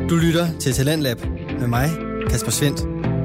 Du lytter til Talentlab med mig, Kasper Svendt.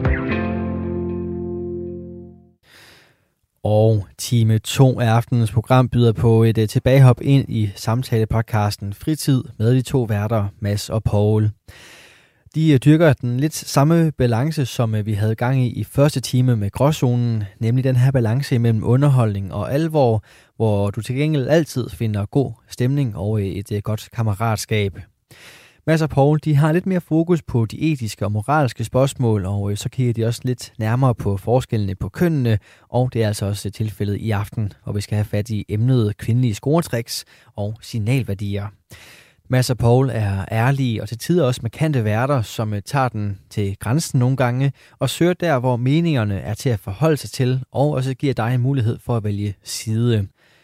Og time 2 af aftenens program byder på et tilbagehop ind i samtalepodcasten Fritid med de to værter, Mads og Poul. De dyrker den lidt samme balance, som vi havde gang i første time med Gråzonen, nemlig den her balance mellem underholdning og alvor, hvor du til gengæld altid finder god stemning og et godt kammeratskab. Mads og Poul, de har lidt mere fokus på de etiske og moralske spørgsmål, og så kigger de også lidt nærmere på forskellene på kønnene, og det er altså også tilfældet i aften, hvor vi skal have fat i emnet kvindelige scoretricks og signalværdier. Mads og Poul er ærlige og til tider også markante værter, som tager den til grænsen nogle gange, og søger der, hvor meningerne er til at forholde sig til, og også giver dig en mulighed for at vælge side.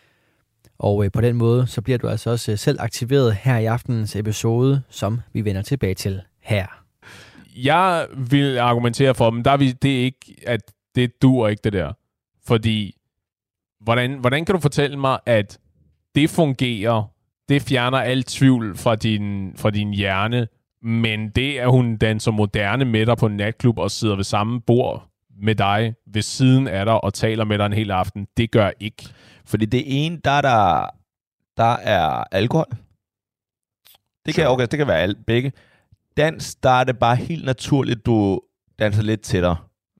Og på den måde, så bliver du altså også selv aktiveret her i aftenens episode, som vi vender tilbage til her. Jeg vil argumentere for dem, det er ikke, at det duer ikke det der. Fordi, hvordan kan du fortælle mig, at det fungerer, det fjerner al tvivl fra din hjerne, men det, at hun danser moderne med dig på en natklub og sidder ved samme bord med dig ved siden af dig og taler med dig en hel aften, det gør ikke. Fordi det ene, der er alkohol. Det kan være begge. Dans, der er det bare helt naturligt, du danser lidt tættere.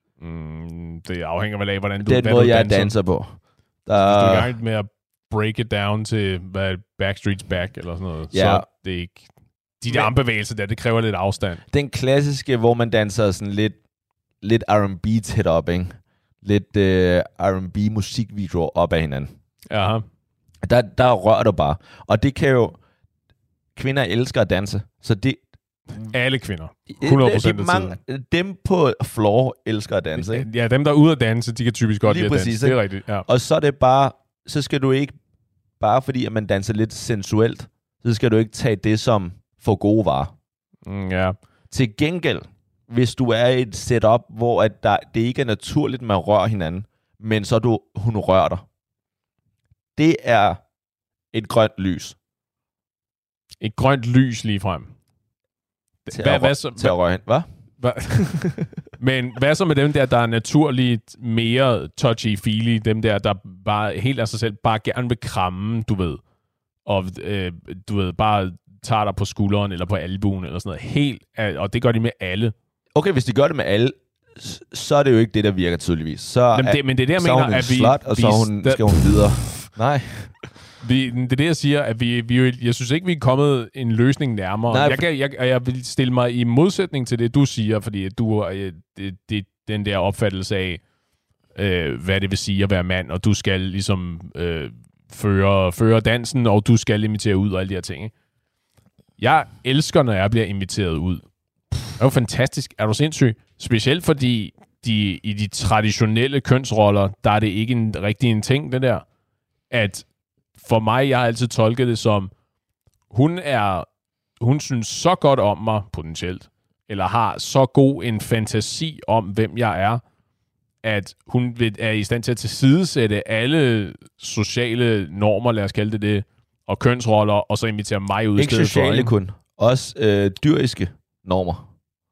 Det afhænger vel af, hvordan du danser. Den måde, jeg danser på. Hvis du er i gang med at break it down til Backstreet's Back eller sådan noget, så det er ikke... De der armbevægelser der, det kræver lidt afstand. Den klassiske, hvor man danser sådan lidt R&B tæt op, ikke? Lidt R&B musikvideoer op af hinanden. Aha. Der rører du bare. Og det kan jo... Kvinder elsker at danse. Så det... Alle kvinder. 100% af tiden. Dem på floor elsker at danse, ikke? Ja, dem der er ude at danse, de kan typisk godt lide at danse. Det er rigtigt, ja. Og så er det bare... Så skal du ikke... Bare fordi, at man danser lidt sensuelt, så skal du ikke tage det som for gode varer. Ja. Til gengæld, hvis du er i et setup, hvor at det ikke er naturligt, man rører hinanden, men så hun rører dig. Det er et grønt lys. Et grønt lys lige frem. Til at røre hende. Hvad? Men hvad så med dem der er naturligt mere touchy-feely, dem der bare helt af sig selv bare gerne vil kramme, du ved, og du ved, bare tager dig på skulderen eller på albuen eller sådan noget. Og det gør de med alle. Okay, hvis de gør det med alle, så er det jo ikke det, der virker tydeligvis. Men det er det, jeg mener, at vi... og så skal hun videre. Nej. Det er det, jeg siger, at jeg synes ikke, vi er kommet en løsning nærmere. Jeg vil stille mig i modsætning til det, du siger, fordi du den der opfattelse af, hvad det vil sige at være mand, og du skal ligesom føre dansen, og du skal invitere ud og alle de her ting. Ikke? Jeg elsker, når jeg bliver inviteret ud. Det er jo fantastisk. Er du sindssyg? Specielt fordi i de traditionelle kønsroller, der er det ikke en ting, det der. At for mig, jeg har altid tolket det som, hun synes så godt om mig, potentielt, eller har så god en fantasi om, hvem jeg er, at hun er i stand til at tilsidesætte alle sociale normer, lad os kalde det, og kønsroller, og så invitere mig ud i stedet for. Ikke sociale kun, også dyriske normer.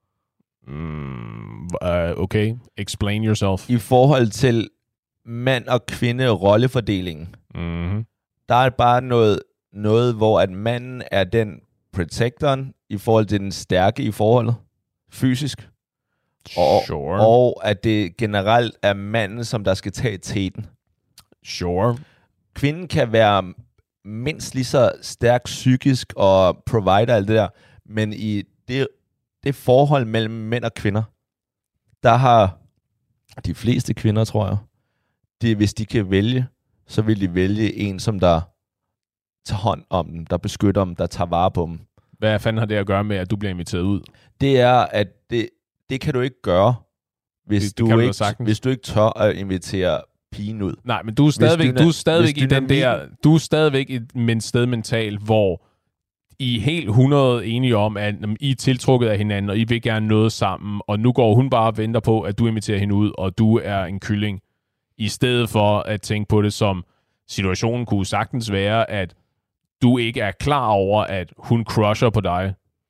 Okay, explain yourself. I forhold til mand- og kvinde-rollefordelingen, der er bare noget, hvor at manden er den protectoren i forhold til den stærke i forholdet, fysisk. Og at det generelt er manden, som der skal tage teten. Sure. Kvinden kan være mindst lige så stærk psykisk og provider alt det der, men i det forhold mellem mænd og kvinder, der har de fleste kvinder, tror jeg, hvis de kan vælge, så vil de vælge en, som der tager hånd om dem, der beskytter dem, der tager vare på dem. Hvad fanden har det at gøre med, at du bliver inviteret ud? Det er, at det kan du ikke gøre, hvis du ikke tør at invitere pigen ud. Nej, men du er stadigvæk i den der, du er stadigvæk i et sted mentalt, hvor I er helt 100 enige om, at I er tiltrukket af hinanden, og I vil gerne noget sammen, og nu går hun bare og venter på, at du inviterer hende ud, og du er en kylling. I stedet for at tænke på det som, situationen kunne sagtens være, at du ikke er klar over, at hun crusher på dig.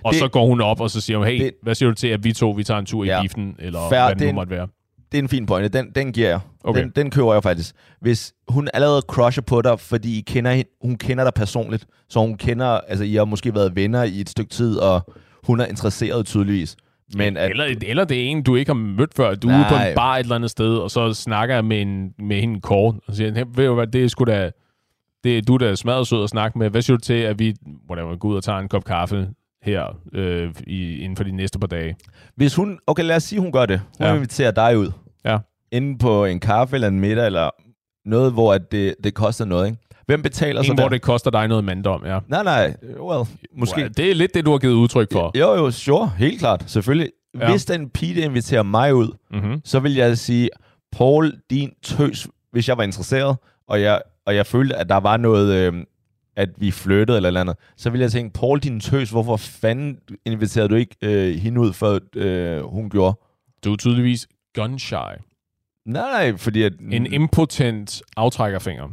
Og så går hun op, og så siger hun, hey, hvad siger du til, at vi tager en tur i biffen, eller hvad det nu måtte være? Det er en fin pointe. Den giver jeg. Okay. Den køber jeg faktisk. Hvis hun allerede crusher på dig, fordi hun kender dig personligt, så hun kender, altså I har måske været venner i et stykke tid, og hun er interesseret tydeligvis. Men eller det er en, du ikke har mødt før. Du er ude på en bar et eller andet sted, og så snakker jeg med hende kort, og siger, ved du hvad, det er sgu da... Du er da smadret sød at snakke med. Hvad siger du til, at vi går ud og tager en kop kaffe her inden for de næste par dage? Hvis hun... Okay, lad os sige, hun gør det. Hun inviterer dig ud. Ja. Inde på en kaffe eller en middag, eller noget, hvor det koster noget, ikke? Hvem betaler så der? Hvor det koster dig noget mandom, ja. Nej. Well, måske... Well, det er lidt det, du har givet udtryk for. Jo, sure. Helt klart. Selvfølgelig. Ja. Hvis den pige inviterer mig ud, så vil jeg sige, Paul, din tøs, hvis jeg var interesseret, og jeg følte, at der var noget, at vi flyttede eller andet, så ville jeg tænke, Paul, din tøs, hvorfor fanden inviterede du ikke hende ud, før hun gjorde? Du er tydeligvis gun-shy. Nej, fordi at... En impotent aftrækkerfinger.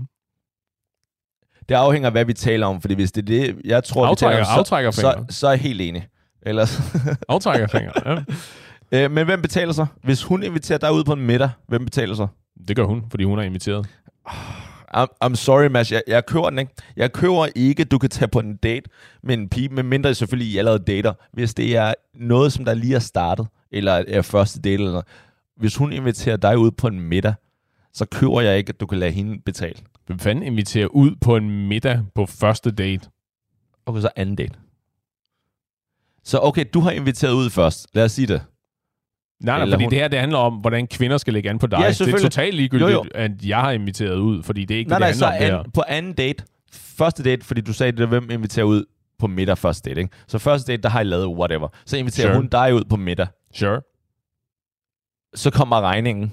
Det afhænger af, hvad vi taler om, fordi hvis det er det, jeg tror, så er jeg helt enig. Ellers... Aftrækkerfinger, ja. Men hvem betaler så? Hvis hun inviterer dig ud på en middag, hvem betaler så? Det gør hun, fordi hun er inviteret. I'm sorry, Mads. Jeg køber den ikke. Jeg køber ikke, du kan tage på en date med en pige, medmindre selvfølgelig I allerede dater. Hvis det er noget, som der lige er startet, eller er første date, eller noget. Hvis hun inviterer dig ud på en middag, så køber jeg ikke, at du kan lade hende betale. Hvem fanden inviterer ud på en middag på første date? Okay, så anden date. Så okay, du har inviteret ud først. Lad os sige det. Nej, fordi det her det handler om, hvordan kvinder skal lægge an på dig. Ja, det er totalt ligegyldigt, at jeg har inviteret ud, fordi det er ikke det handler om her. På anden date, første date, fordi du sagde det, hvem inviterer ud på middag første date, ikke? Så første date, der har I lavet whatever. Så inviterer hun dig ud på middag. Sure. Så kommer regningen.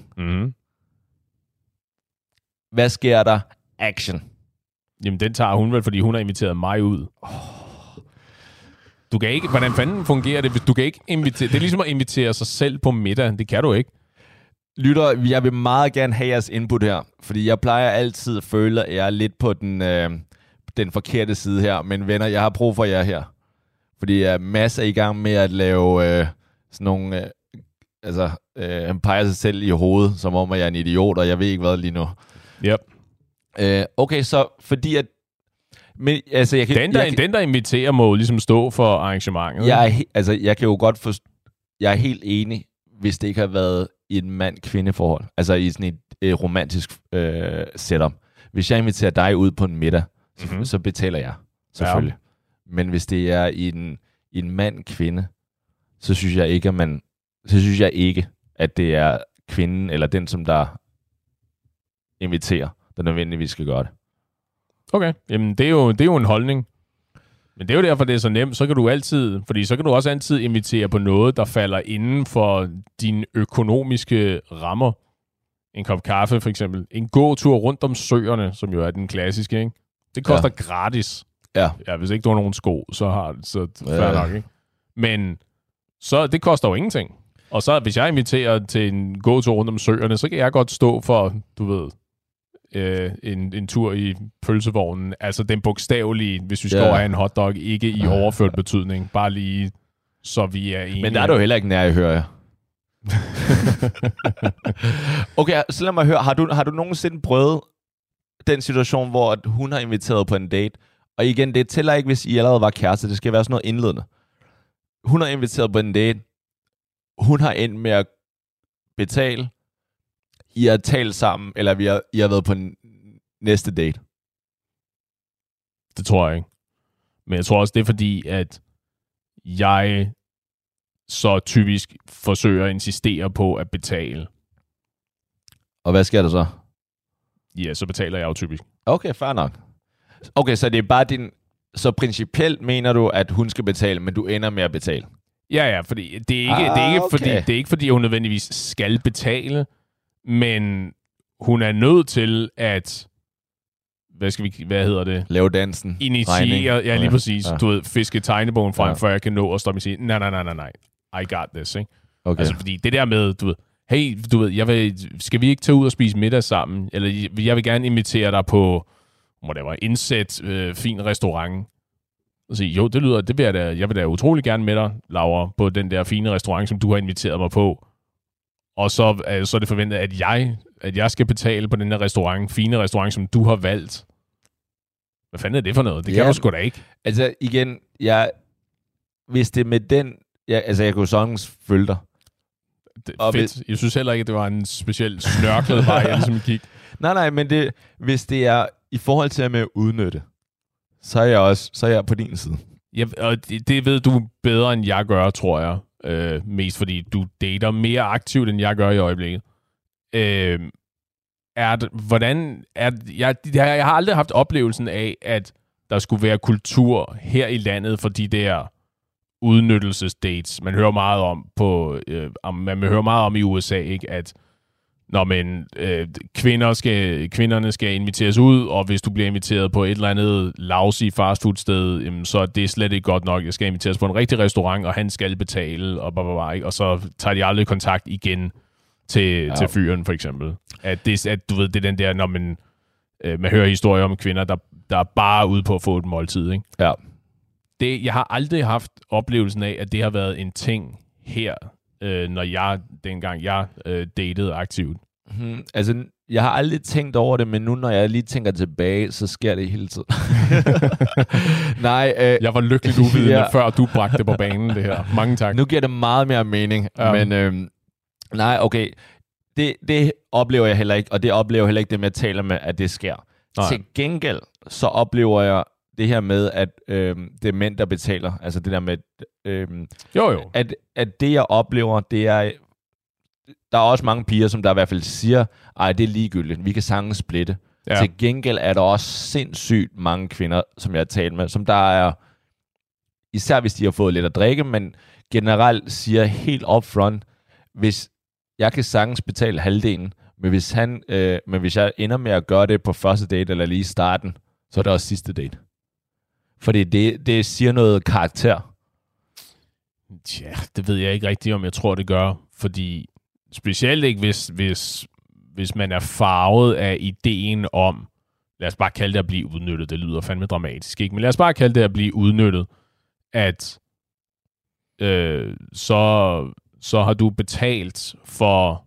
Hvad sker der? Action. Jamen, den tager hun vel, fordi hun har inviteret mig ud. Du kan ikke... Hvordan fanden fungerer det, hvis du kan ikke invitere... Det er ligesom at invitere sig selv på middag. Det kan du ikke. Lytter, jeg vil meget gerne have jeres input her, fordi jeg plejer altid at føle, at jeg er lidt på den forkerte side her. Men venner, jeg har brug for jer her. Fordi jeg er masser i gang med at lave sådan nogle... han peger sig selv i hovedet, som om at jeg er en idiot, og jeg ved ikke hvad lige nu. Yep. Okay, så fordi at... Men, altså, den, der inviterer, må ligesom stå for arrangementet. Jeg kan jo godt forstå... Jeg er helt enig, hvis det ikke har været i et mand-kvinde-forhold. Altså i sådan et romantisk setup. Hvis jeg inviterer dig ud på en middag, så betaler jeg. Selvfølgelig. Ja. Men hvis det er i en mand-kvinde, så synes jeg ikke, at det er kvinden eller den, som der inviterer, der nødvendigvis skal gøre det. Okay, jamen det er jo en holdning. Men det er jo derfor, det er så nemt. Så kan du også altid invitere på noget, der falder inden for dine økonomiske rammer. En kop kaffe for eksempel. En gåtur rundt om søerne, som jo er den klassiske, ikke? Det koster gratis. Ja, hvis ikke du har nogen sko, så fair nok, ikke? Men så det koster jo ingenting. Og så hvis jeg inviterer til en gåtur rundt om søerne, så kan jeg godt stå for, du ved, en tur i pølsevognen. Altså den bogstavelige, hvis vi skal have en hotdog, ikke i overført betydning. Bare lige, så vi er enige. Men der er du heller ikke nær, hører jeg. Okay, så lad mig høre. Har du nogensinde prøvet den situation, hvor hun har inviteret på en date? Og igen, det tæller ikke, hvis I allerede var kærester. Det skal være sådan noget indledende. Hun har inviteret på en date. Hun har endt med at betale. I har talt sammen, eller I har været på en næste date? Det tror jeg ikke. Men jeg tror også, det er fordi, at jeg så typisk forsøger at insistere på at betale. Og hvad sker der så? Ja, så betaler jeg jo typisk. Okay, fair nok. Okay, så det er bare så principielt mener du, at hun skal betale, men du ender med at betale? Ja, fordi det er ikke fordi hun nødvendigvis skal betale, men hun er nødt til at lave dansen. Initiere, ja, lige præcis. Ja. Du ved, fiske tegnebogen frem, før jeg kan nå at stoppe og sige, nej, I got this, ikke? Okay. Altså, fordi det der med, du ved, hey, du ved, skal vi ikke tage ud og spise middag sammen? Eller jeg vil gerne invitere dig på, indsæt fin restaurant. og sige, jo, det vil jeg vil da utrolig gerne med dig, Laura, på den der fine restaurant, som du har inviteret mig på. Og så er det forventet, at jeg skal betale på den der fine restaurant, som du har valgt. Hvad fanden er det for noget? Det kan du sgu da ikke. Altså igen, hvis det med den... jeg kunne jo sagtens følge dig. Fedt. Jeg synes heller ikke, at det var en specielt snørklet vej, jeg ligesom gik. Nej, men hvis det er i forhold til at med at udnytte, så er jeg på din side. Ja, og det ved du bedre, end jeg gør, tror jeg. Mest fordi du dater mere aktivt, end jeg gør i øjeblikket. Jeg har aldrig haft oplevelsen af, at der skulle være kultur her i landet for de der udnyttelsesdates. Man hører meget om i USA, ikke, at kvinderne skal inviteres ud, og hvis du bliver inviteret på et eller andet lousy fastfoodsted, så er det slet ikke godt nok. Jeg skal inviteres på en rigtig restaurant, og han skal betale, og så tager de aldrig kontakt igen til fyren, for eksempel. At du ved, det er den der, når man hører historier om kvinder, der er bare ude på at få et måltid, ikke? Ja. Jeg har aldrig haft oplevelsen af, at det har været en ting her, dengang jeg datede aktivt. Altså, jeg har aldrig tænkt over det, men nu, når jeg lige tænker tilbage, så sker det hele tiden. Nej. Jeg var lykkeligt uvidende, før du bragte det på banen, det her. Mange tak. Nu giver det meget mere mening, men nej, okay. Det oplever jeg heller ikke, og det oplever jeg heller ikke det med at tale med, at det sker. Nej. Til gengæld, så oplever jeg det her med, at det er mænd, der betaler. Altså det der med... Jo. At det, jeg oplever, det er... Der er også mange piger, som der i hvert fald siger, ej, det er ligegyldigt, vi kan sagtens splitte. Ja. Til gengæld er der også sindssygt mange kvinder, som jeg har talt med, som der er... Især hvis de har fået lidt at drikke, men generelt siger helt upfront, hvis jeg kan sagtens betale halvdelen, men hvis jeg ender med at gøre det på første date, eller lige i starten, så er det også sidste date. Fordi det siger noget karakter. Ja, det ved jeg ikke rigtigt, om jeg tror, det gør. Fordi specielt ikke, hvis man er farvet af ideen om, lad os bare kalde det at blive udnyttet, det lyder fandme dramatisk, ikke? Men lad os bare kalde det at blive udnyttet, at så har du betalt for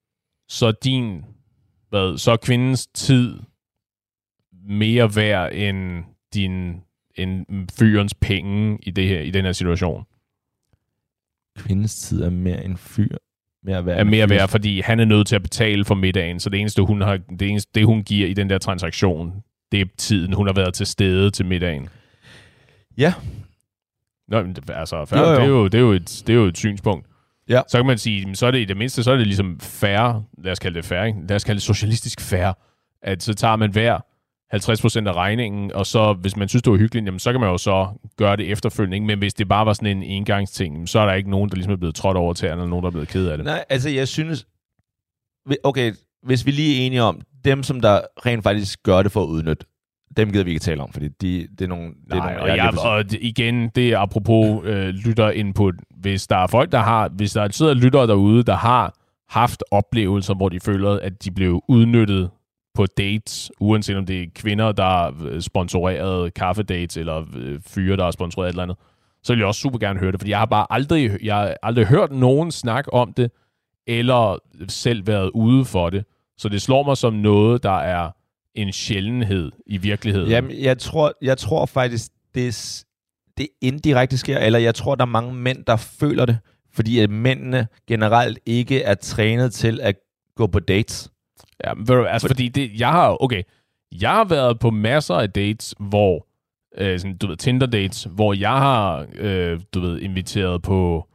så er kvindens tid mere værd end fyrens penge i den her situation. Kvindens tid er mere end fyr. Mere værd, fordi han er nødt til at betale for middagen, så det eneste hun giver i den der transaktion, det er tiden, hun har været til stede til middagen. Ja. Nå, altså, det er jo et synspunkt. Ja. Så kan man sige, så er det i det mindste, så er det ligesom fair, lad os kalde det fair, ikke? Lad os kalde det socialistisk fair, at så tager man hver 50% af regningen, og så, hvis man synes, det var hyggeligt, jamen, så kan man jo så gøre det efterfølgende, ikke? Men hvis det bare var sådan en engangsting, så er der ikke nogen, der ligesom er blevet trådt over tæerne, eller nogen, der er blevet ked af det. Nej, altså jeg synes, okay, hvis vi lige er enige om, dem som der rent faktisk gør det for at udnytte, dem gider vi ikke tale om, fordi det er nogle... Og igen, det er apropos lytterinput. Hvis der sidder lyttere derude, der har haft oplevelser, hvor de føler, at de blev udnyttet på dates, uanset om det er kvinder, der sponsorerede kaffedates, eller fyre, der har sponsoreret et eller andet, så vil jeg også super gerne høre det, fordi jeg har aldrig hørt nogen snakke om det, eller selv været ude for det. Så det slår mig som noget, der er en sjældenhed i virkeligheden. Jamen, jeg tror faktisk, det indirekte sker, eller jeg tror, der er mange mænd, der føler det, fordi at mændene generelt ikke er trænet til at gå på dates. Ja, altså fordi jeg har været på masser af dates, hvor sådan, du ved, Tinder dates, hvor jeg har inviteret på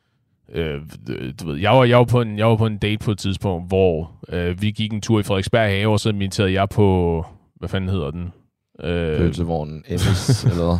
jeg var på en date på et tidspunkt, hvor vi gik en tur i Frederiksberg Have, og så inviterede jeg på, hvad fanden hedder den? Pølsevognen, Emmis, eller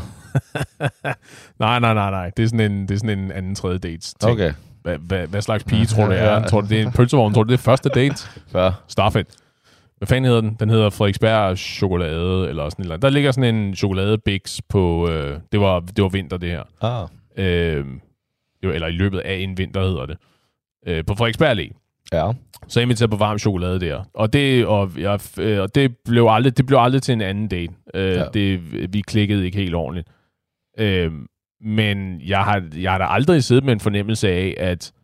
Nej. Det er sådan en anden tredje date. Okay. Hvad slags pige tror du det er? Tror du det er en pølsevogn? Tror du det er første date? Ja. Stop it. Hvad fanden hedder den? Den hedder Frederiksberg Chokolade, eller sådan noget. Der ligger sådan en chokoladebix på, det var vinter det her. Eller i løbet af en vinter hedder det. På Frederiksberg Allé. Ja. Så jeg inviterede på varm chokolade der. Og det blev aldrig til en anden date. Vi klikkede ikke helt ordentligt. Men jeg har da aldrig siddet med en fornemmelse af,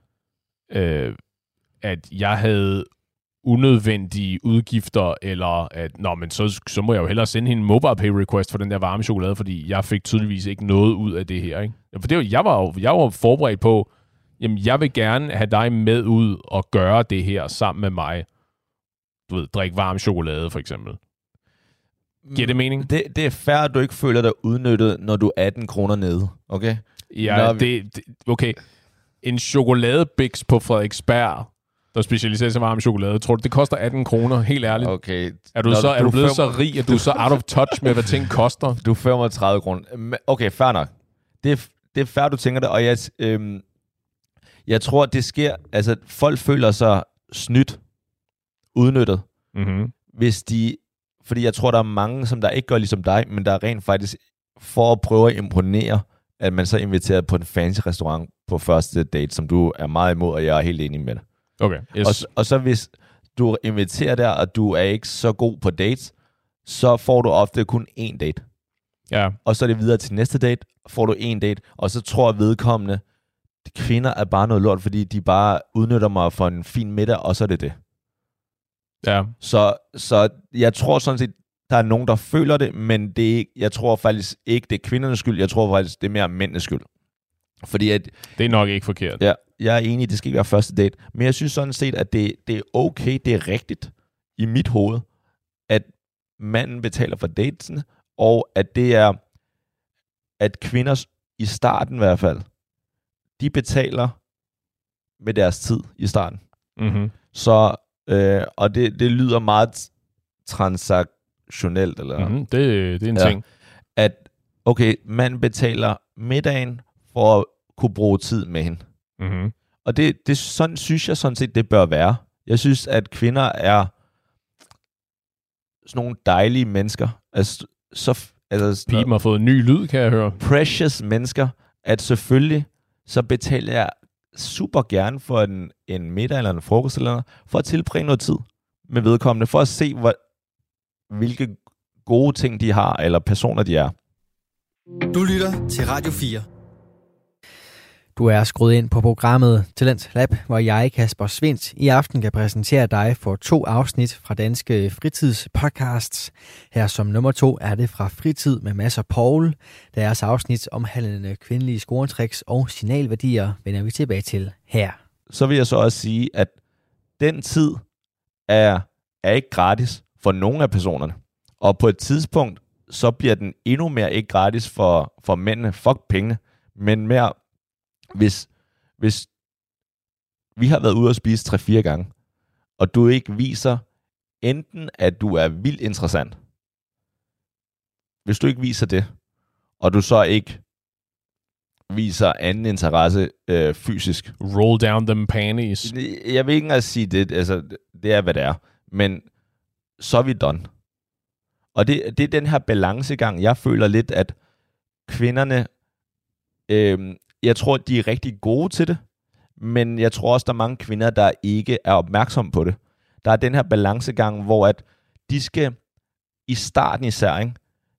at jeg havde unødvendige udgifter, eller at, men så må jeg jo hellere sende hende en mobile pay request for den der varme chokolade, fordi jeg fik tydeligvis ikke noget ud af det her, ikke? For det, jeg var forberedt på, jamen, jeg vil gerne have dig med ud og gøre det her sammen med mig. Du ved, drikke varm chokolade, for eksempel. Giver det mening? Det er fair, at du ikke føler dig udnyttet, når du er 18 kroner nede, okay? Ja, okay. En chokoladebiks på Frederiksberg, der specialiserer sig varm chokolade, tror du, det koster 18 kroner? Helt ærligt. Okay. Er du blevet så rig, at du er så out of touch med, hvad ting koster? Du er 35 kroner. Okay, fair nok. Det er fair, du tænker det, og jeg tror, det sker, altså folk føler sig snydt, udnyttet, fordi jeg tror, der er mange, som der ikke gør ligesom dig, men der er rent faktisk, for at prøve at imponere, at man så er inviteret på en fancy restaurant på første date, som du er meget imod, og jeg er helt enig med det. Okay, yes. Og så hvis du inviterer der, og du er ikke så god på dates, så får du ofte kun én date. Ja. Og så er det videre til næste date, får du én date, og så tror vedkommende, kvinder er bare noget lort, fordi de bare udnytter mig for en fin middag, og så er det det. Ja. Så jeg tror sådan set, der er nogen, der føler det, men det er ikke, jeg tror faktisk ikke, det er kvindernes skyld. Jeg tror faktisk, det er mere mændenes skyld. Fordi at, det er nok ikke forkert. Ja, jeg er enig, det skal ikke være første date. Men jeg synes sådan set, at det er okay, det er rigtigt i mit hoved, at manden betaler for datesen, og at det er, at kvinder i starten i hvert fald, de betaler med deres tid i starten. Mm-hmm. Så, og det lyder meget transaktionelt, eller? Mm-hmm. Det er en ting. At, okay, man betaler middagen for at kunne bruge tid med hende. Mm-hmm. Og det sådan, synes jeg sådan set, det bør være. Jeg synes, at kvinder er sådan nogle dejlige mennesker. Pipen har fået en ny lyd, kan jeg høre. Precious mennesker, at selvfølgelig, så betaler jeg super gerne for en middag eller en frokost eller noget, for at tilbringe noget tid med vedkommende, for at se, hvilke gode ting de har, eller personer de er. Du lytter til Radio 4. Du er skruet ind på programmet Talent Lab, hvor jeg, Kasper Svindt, i aften kan præsentere dig for 2 afsnit fra Danske Fritidspodcasts. Her som nummer 2 er det fra Fritid med Mads og Paul. Deres afsnit omhandlende kvindelige scoretricks og signalværdier vender vi tilbage til her. Så vil jeg så også sige, at den tid er ikke gratis for nogen af personerne. Og på et tidspunkt, så bliver den endnu mere ikke gratis for mændene. Fuck pengene. Men mere, hvis vi har været ude at spise 3-4 gange, og du ikke viser enten, at du er vildt interessant. Hvis du ikke viser det, og du så ikke viser anden interesse fysisk. Roll down them panties. Jeg vil ikke engang sige det, altså det er, hvad det er. Men så er vi done. Og det er den her balancegang, jeg føler lidt, at kvinderne, jeg tror, de er rigtig gode til det, men jeg tror også, der er mange kvinder, der ikke er opmærksomme på det. Der er den her balancegang, hvor at de skal, i starten især, ikke?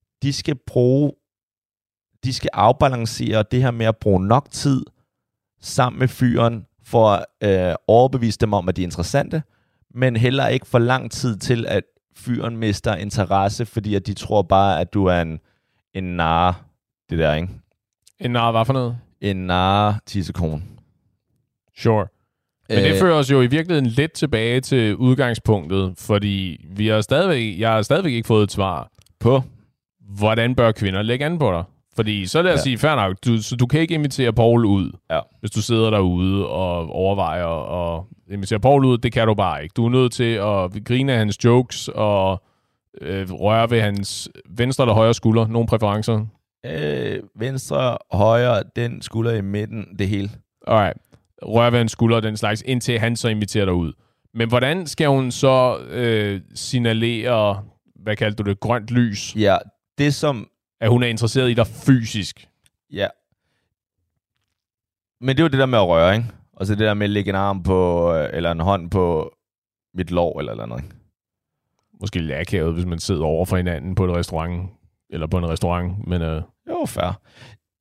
De skal afbalancere det her med at bruge nok tid sammen med fyren, for at overbevise dem om, at de er interessante, men heller ikke for lang tid til, at fyren mister interesse, fordi at de tror bare, at du er en narre, det der, ikke? En narre, hvad for noget? En narre tissekone. Sure. Men det fører os jo i virkeligheden lidt tilbage til udgangspunktet, fordi jeg har stadigvæk ikke fået et svar på, hvordan bør kvinder lægge an på dig? Fordi så lad os sige, fair nok, du kan ikke invitere Paul ud, hvis du sidder derude og overvejer at invitere Paul ud. Det kan du bare ikke. Du er nødt til at grine af hans jokes og røre ved hans venstre eller højre skulder. Nogle præferencer? Venstre, højre, den skulder i midten, det hele. Alright. Røre ved hans skulder og den slags, indtil han så inviterer dig ud. Men hvordan skal hun så signalere, hvad kaldte du det, grønt lys? Ja, det som... At hun er interesseret i dig fysisk. Ja. Men det er jo det der med at røre, ikke? Og så det der med at lægge en arm på, eller en hånd på mit lår, eller noget, ikke? Måske lidt akavet, hvis man sidder over for hinanden på et restaurant, eller på en restaurant, men... Jo, fair.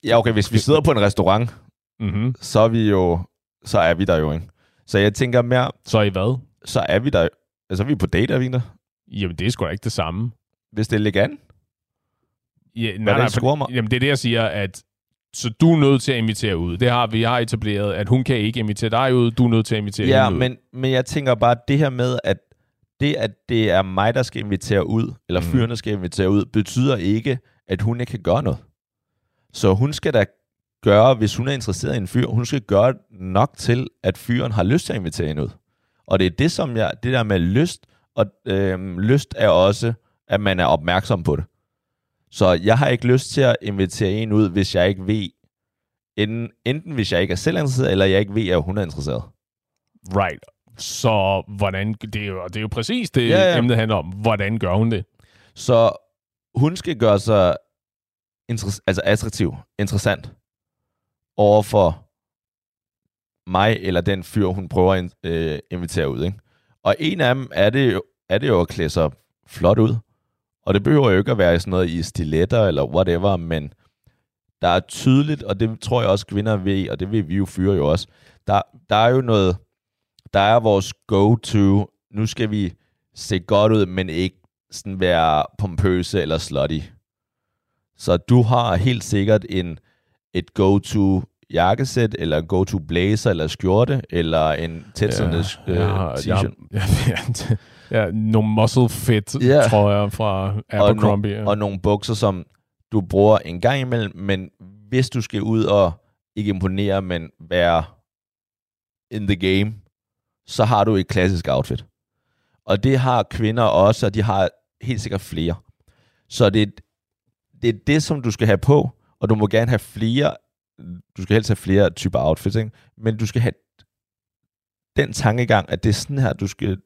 Ja, okay, hvis vi sidder på en restaurant, så er vi der jo, ikke? Så jeg tænker mere... Så i hvad? Så er vi der... Altså, er vi på date, er vi der? Jamen, det er sgu da ikke det samme. Hvis det ligger an? Ja, nej, jamen, det er det, jeg siger, at så du er nødt til at invitere ud. Det har vi har etableret, at hun kan ikke invitere dig ud, du er nødt til at invitere hende ud. Men jeg tænker bare, det her med, at det er mig, der skal invitere ud, eller fyrene skal invitere ud, betyder ikke, at hun ikke kan gøre noget. Så hun skal da gøre, hvis hun er interesseret i en fyr, hun skal gøre nok til, at fyren har lyst til at invitere hende ud. Og det er det, som det der med lyst, og lyst er også, at man er opmærksom på det. Så jeg har ikke lyst til at invitere en ud, hvis jeg ikke ved, enten hvis jeg ikke er selv interesseret, eller jeg ikke ved, at hun er interesseret. Right. Så hvordan, det er jo præcis det emnet handler om. Hvordan gør hun det? Så hun skal gøre sig attraktiv, interessant overfor mig, eller den fyr, hun prøver at invitere ud. Ikke? Og en af dem er det jo at klæde sig flot ud. Og det behøver jo ikke at være sådan noget i stiletter eller whatever, men der er tydeligt, og det tror jeg også kvinder ved, og det vil vi jo fyre jo også, der er jo noget, der er vores go-to, nu skal vi se godt ud, men ikke sådan være pompøse eller slutty. Så du har helt sikkert et go-to jakkesæt, eller en go-to blazer, eller skjorte, eller en tætsiddende t-shirt. Ja, nogle muscle fit, tror jeg, fra Abercrombie. Og nogle bukser, som du bruger en gang imellem, men hvis du skal ud og ikke imponere, men være in the game, så har du et klassisk outfit. Og det har kvinder også, og de har helt sikkert flere. Så det er det, som du skal have på, og du må gerne have flere, du skal helst have flere typer outfits, ikke? Men du skal have den tankegang, at det er sådan her, du skal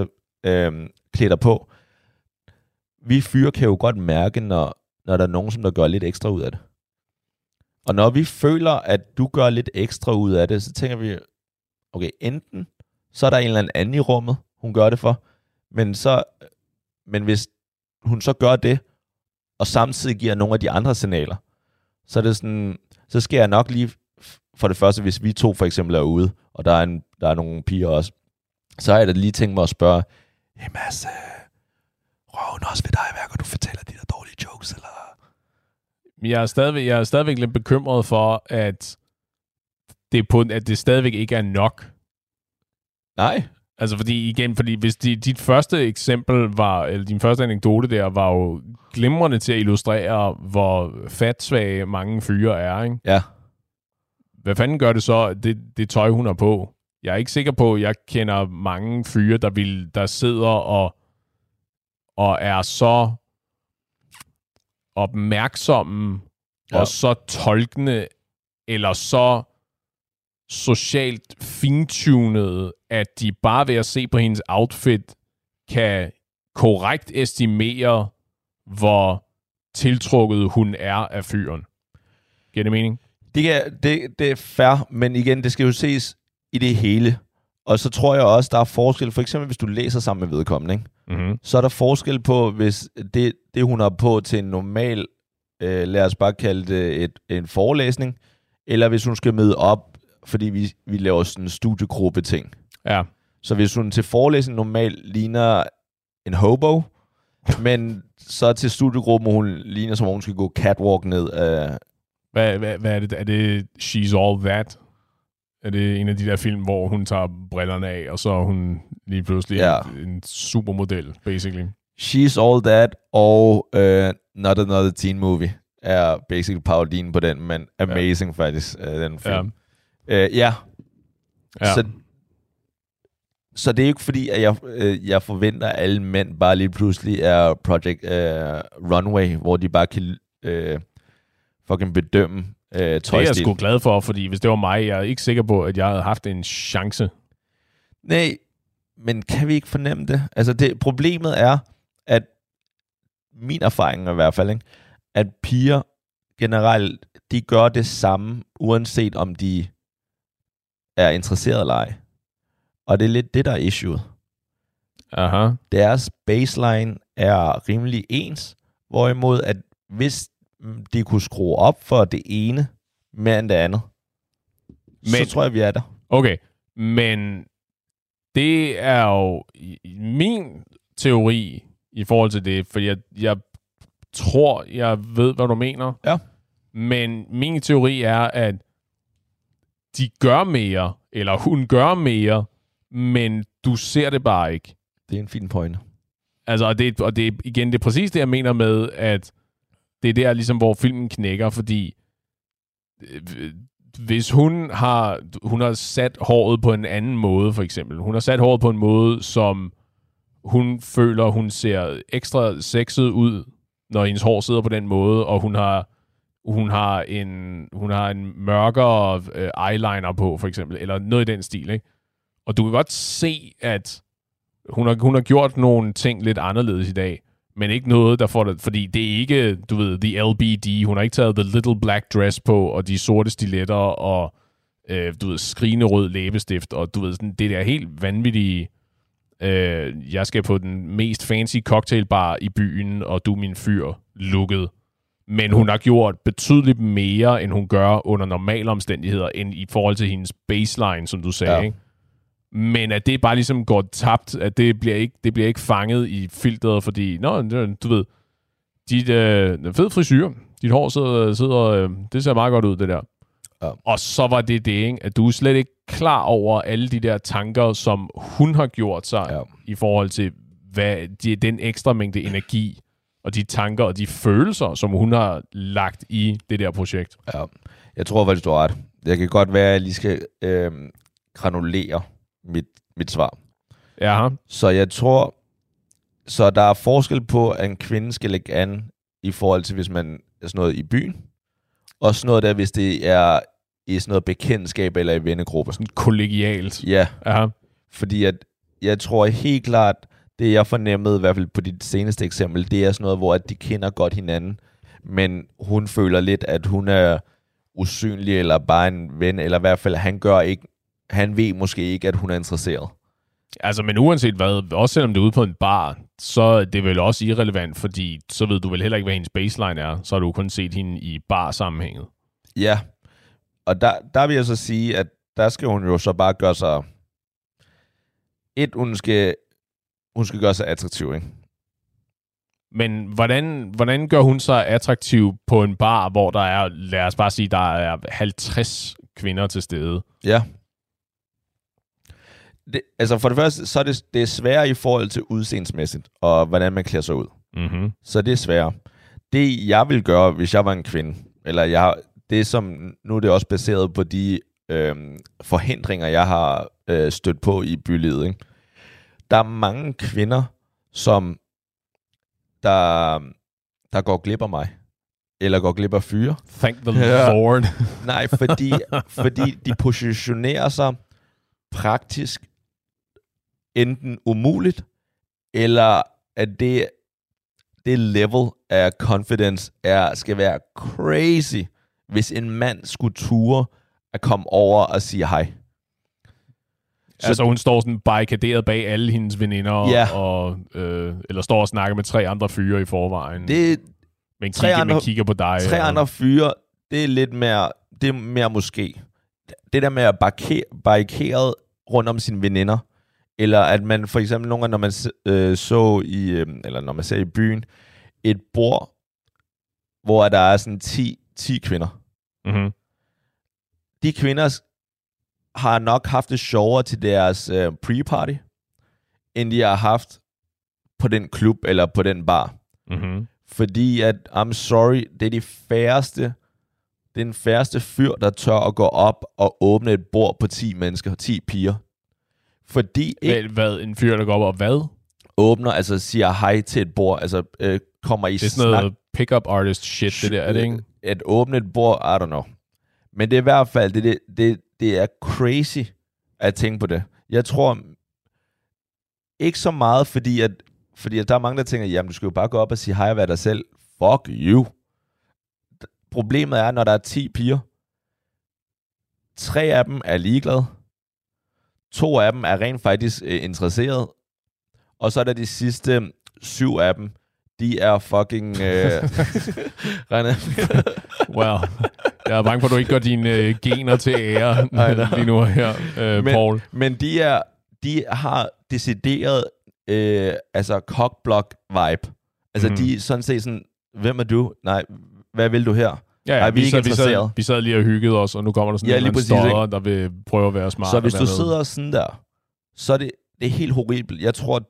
klæde dig på. Vi fyre kan jo godt mærke, når der er nogen, som der gør lidt ekstra ud af det. Og når vi føler, at du gør lidt ekstra ud af det, så tænker vi, okay, enten så er der en eller anden i rummet, hun gør det for, men hvis hun så gør det, og samtidig giver nogle af de andre signaler, så er det sådan, så skal jeg nok lige, for det første, hvis vi to for eksempel er ude, og der er nogle piger også, så har jeg da lige tænkt mig at spørge, hey Mads, røven også ved dig, hver gang du fortæller de der dårlige jokes, eller? Jeg er stadigvæk lidt bekymret for, at det stadigvæk ikke er nok. Nej. Altså fordi hvis dit første eksempel var, eller din første anekdote der, var jo glimrende til at illustrere, hvor fatsvage mange fyre er, ikke? Ja. Hvad fanden gør det så, det tøj, hun har på? Jeg er ikke sikker på, at jeg kender mange fyre, der sidder og er så opmærksomme og så tolkende, eller så socialt fintunede, at de bare ved at se på hendes outfit, kan korrekt estimere, hvor tiltrukket hun er af fyren. Giver det mening? Det er fair, men igen, det skal jo ses i det hele. Og så tror jeg også, der er forskel. For eksempel, hvis du læser sammen med vedkommende, ikke? Mm-hmm. Så er der forskel på, hvis det hun har på til en normal, lad os bare kalde det en forelæsning, eller hvis hun skal møde op, fordi vi laver sådan en studiegruppe ting. Ja. Så hvis hun til forelæsning normalt ligner en hobo, men så til studiegruppen, hun ligner, som hun skal gå catwalk ned. Hvad er det? Er det She's All That? Er det en af de der film, hvor hun tager brillerne af, og så er hun lige pludselig en supermodel, basically? She's All That og Not Another Teen Movie er basically parodien på den, men amazing faktisk, den film. Ja. Så det er jo ikke fordi, at jeg forventer, at alle mænd bare lige pludselig er Project Runway, hvor de bare kan fucking bedømme tøjstil. Det er jeg sgu glad for, fordi hvis det var mig, jeg er ikke sikker på, at jeg havde haft en chance. Nej, men kan vi ikke fornemme det? Altså problemet er, at min erfaring i hvert fald, ikke, at piger generelt, de gør det samme, uanset om de er interesseret eller ej. Og det er lidt det, der er issuet. Aha. Deres baseline er rimelig ens, hvorimod at hvis de kunne skrue op for det ene mere end det andet, så tror jeg, vi er der. Okay, men det er jo min teori i forhold til det, fordi jeg tror, jeg ved, hvad du mener. Ja. Men min teori er, at de gør mere, eller hun gør mere, men du ser det bare ikke. Det er en fin pointe. Altså, og det igen, det er præcis det, jeg mener med, at det er der, ligesom, hvor filmen knækker, fordi hvis hun har sat håret på en anden måde, for eksempel. Hun har sat håret på en måde, som hun føler, hun ser ekstra sexet ud, når hendes hår sidder på den måde, og hun har en mørkere eyeliner på, for eksempel, eller noget i den stil, ikke? Og du kan godt se, at hun har gjort nogle ting lidt anderledes i dag, men ikke noget, der får det, fordi det er ikke, du ved, the LBD. Hun har ikke taget the little black dress på, og de sorte stiletter, og du ved, skrigende rød læbestift, og du ved, sådan, det der helt vanvittige, jeg skal på den mest fancy cocktailbar i byen, og du er min fyr, lukket. Men hun har gjort betydeligt mere, end hun gør under normale omstændigheder, end i forhold til hendes baseline, som du sagde, ikke? Men at det bare ligesom går tabt, at det bliver ikke fanget i filteret, fordi, du ved, fed frisyr, dit hår sidder det ser meget godt ud, det der. Ja. Og så var det, ikke? At du er slet ikke klar over alle de der tanker, som hun har gjort sig, i forhold til den ekstra mængde energi, og de tanker og de følelser, som hun har lagt i det der projekt. Ja, jeg tror faktisk, du har ret. Det kan godt være, at jeg lige skal granulere mit svar. Ja. Så jeg tror, så der er forskel på, at en kvinde skal lægge an i forhold til, hvis man er sådan noget i byen, og sådan noget der, hvis det er i sådan noget bekendtskab eller i vennegrupper. Sådan kollegialt. Ja. Aha. Fordi at jeg tror helt klart, det jeg fornemmede, i hvert fald på dit seneste eksempel, det er sådan noget, hvor at de kender godt hinanden, men hun føler lidt, at hun er usynlig, eller bare en ven, eller i hvert fald, han ved måske ikke, at hun er interesseret. Altså, men uanset hvad, også selvom det er ude på en bar, så er det vel også irrelevant, fordi så ved du vel heller ikke, hvad hendes baseline er. Så har du kun set hende i bar-sammenhænget. Ja, og der vil jeg så sige, at der skal hun jo så bare gøre sig... Hun skal gøre sig attraktiv, ikke? Men hvordan gør hun sig attraktiv på en bar, hvor der er, lad os bare sige, der er 50 kvinder til stede? Ja. Altså for det første, så er det er sværere i forhold til udseendsmæssigt, og hvordan man klæder sig ud. Mm-hmm. Så det er sværere. Det jeg ville gøre, hvis jeg var en kvinde, eller det som, nu er det også baseret på de forhindringer, jeg har stødt på i bylivet, ikke? Der er mange kvinder, som der går glip af mig, eller går glip af fyre. Thank the Lord. Nej, fordi de positionerer sig praktisk enten umuligt, eller at det level af confidence skal være crazy, hvis en mand skulle ture at komme over og sige hej. Altså hun står sådan barrikaderet bag alle hendes veninder, og, eller står og snakker med 3 andre fyre i forvejen. Men kigger på dig. 3 andre fyre, det er lidt mere, det er mere måske. Det der med at barrikeret rundt om sine veninder, eller at man for eksempel nogle gange, når man eller når man ser i byen, et bord, hvor der er sådan 10 kvinder. Mm-hmm. De kvinder har nok haft det sjovere til deres pre-party, end de har haft på den klub eller på den bar. Mm-hmm. Fordi at, I'm sorry, det er den færreste fyr, der tør at gå op og åbne et bord på 10 mennesker, 10 piger. Fordi hvad, en fyr, der går op og hvad? Åbner, altså siger hej til et bord, altså kommer i snak. Det er sådan noget pick-up artist shit, det der, er det ikke? At åbne et bord, I don't know. Men det er i hvert fald, det er crazy at tænke på det. Jeg tror ikke så meget, fordi at der er mange, der tænker, jamen du skal jo bare gå op og sige hej og være dig selv. Fuck you. Problemet er, når der er 10 piger, 3 af dem er ligeglade, 2 af dem er rent faktisk interesseret, og så er der de sidste 7 af dem, de er fucking... Well, jeg er bange for, at du ikke gør dine gener til ære lige nu her, Paul. Men de har decideret cockblock-vibe. Altså, de er sådan set sådan, hvem er du? Nej, hvad vil du her? Ja, nej, vi er ikke interesseret. Vi sad lige og hyggede os, og nu kommer der sådan en stodder, der vil prøve at være smart. Så hvis du sidder sådan der, så er det er helt horribelt. Jeg tror,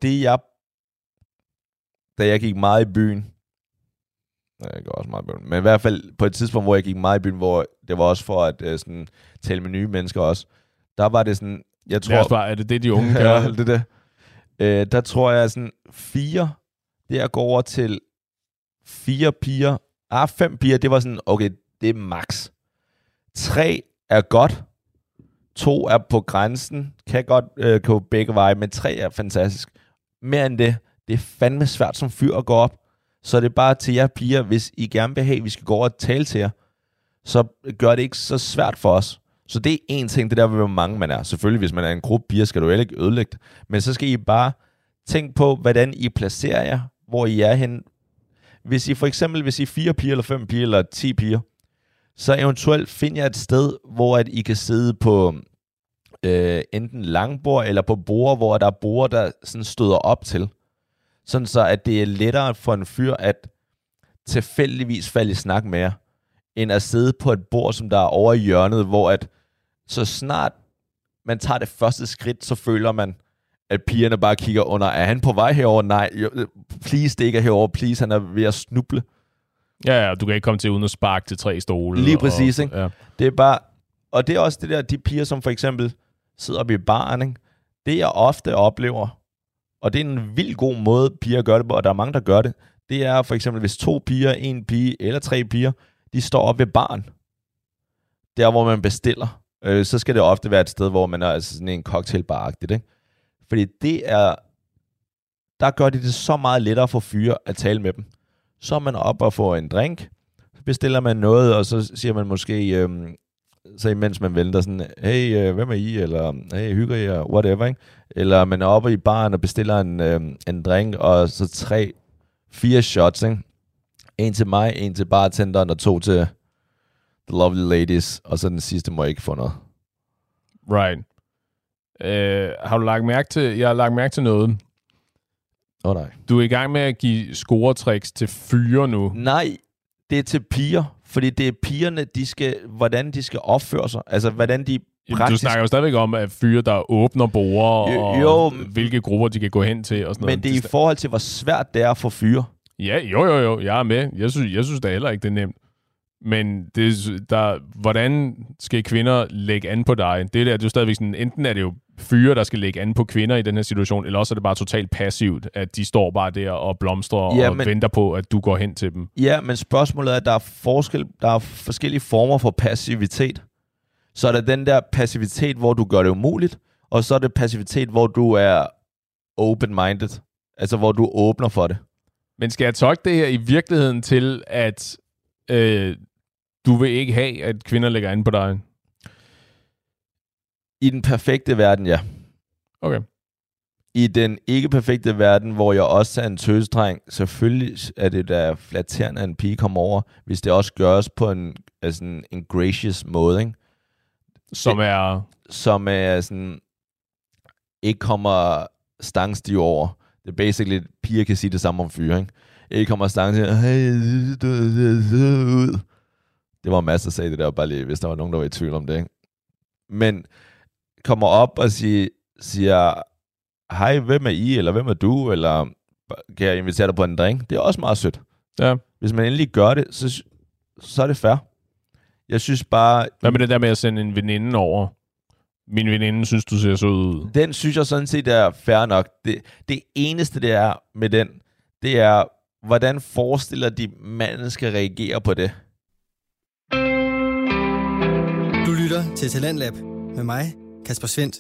da jeg gik meget i byen, jeg går også meget i byen, men i hvert fald på et tidspunkt, hvor jeg gik meget i byen, hvor det var også for at sådan, tale med nye mennesker også, der var det sådan, jeg tror... er det de unge gør? Ja, det. Der tror jeg sådan 4, det at gå over til 4 piger, 5 piger, det var sådan, okay, det er max. 3 er godt, 2 er på grænsen, kan godt gå begge veje, men 3 er fantastisk. Mere end det er fandme svært som fyr at gå op. Så det er bare til jer piger, hvis I gerne vil have, at vi skal gå over og tale til jer, så gør det ikke så svært for os. Så det er en ting, det der, hvor mange man er. Selvfølgelig, hvis man er en gruppe piger, skal du heller ikke ødelægge det. Men så skal I bare tænke på, hvordan I placerer jer, hvor I er henne. Hvis I for eksempel, hvis I er 4 piger, eller 5 piger, eller 10 piger, så eventuelt find jer et sted, hvor at I kan sidde på enten langbord, eller på borde, hvor der er borde, der sådan støder op til. Sådan så, at det er lettere for en fyr at tilfældigvis falde i snak med jer, end at sidde på et bord, som der er over i hjørnet, hvor at så snart man tager det første skridt, så føler man, at pigerne bare kigger under, er han på vej herover? Nej, please, det ikke er herover, please, han er ved at snuble. Ja, du kan ikke komme til uden at sparke til 3 stole. Lige præcis, ikke? Ja. Det er bare, og det er også det der, de piger, som for eksempel sidder oppe i baren, ikke? Det jeg ofte oplever, og det er en vild god måde, piger gør det på, og der er mange, der gør det, det er for eksempel, hvis 2 piger, 1 pige eller 3 piger, de står oppe ved baren, der hvor man bestiller, så skal det ofte være et sted, hvor man er altså sådan en cocktailbar-agtigt, ikke? Fordi der gør de det så meget lettere for fyre at tale med dem. Så er man op og får en drink, så bestiller man noget, og så siger man måske, så imens man venter sådan, hey, hvem er I? Eller hey, hygger I? Eller whatever, ikke? Eller man er oppe i baren og bestiller en drink, og så 3-4 shots, ikke? 1 til mig, 1 til bartenderen, og 2 til the lovely ladies, og så den sidste må jeg ikke få noget. Right. Har du lagt mærke til, jeg har lagt mærke til noget. Nej. Du er i gang med at give scoretricks til fyre nu. Nej, det er til piger, fordi det er pigerne, hvordan de skal opføre sig, altså hvordan de praktisk... Du snakker jo stadigvæk om, at fyre, der åbner borde, og hvilke grupper de kan gå hen til, og sådan noget. Men det er i forhold til, hvor svært det er for fyre. Ja, jo, jeg er med. Jeg synes da heller ikke, det er nemt. Men hvordan skal kvinder lægge an på dig? Det er jo stadigvæk sådan, enten er det jo fyre, der skal lægge an på kvinder i den her situation, eller også er det bare totalt passivt, at de står bare der og blomstrer og venter på, at du går hen til dem. Ja, men spørgsmålet er, at der er forskellige former for passivitet. Så er der den der passivitet, hvor du gør det umuligt, og så er det passivitet, hvor du er open-minded. Altså, hvor du åbner for det. Men skal jeg tolke det her i virkeligheden til, at du vil ikke have, at kvinder lægger an på dig? I den perfekte verden, ja. Okay. I den ikke perfekte verden, hvor jeg også er en tøsedreng, selvfølgelig er det da flatterende, at en pige kommer over, hvis det også gøres på en gracious måde, ikke? Som er sådan, ikke kommer stangstiv over. Det er basically, piger kan sige det samme om fyre, ikke? Ikke kommer stangstiv, ud. Det var masser, der sagde det der, bare lige, hvis der var nogen, der var i tvivl om det, ikke? Men kommer op og siger, hej, hvem er I, eller hvem er du, eller kan jeg invitere dig på en drink? Det er også meget sødt. Ja. Hvis man endelig gør det, så er det fair. Jeg synes bare... Hvad med det der med at sende en veninde over? Min veninde synes, du ser så ud. Den synes jeg sådan set er fair nok. Det eneste, det er med den, det er, hvordan forestiller de, manden skal reagere på det? Du lytter til Talentlab med mig, Kasper Svendt.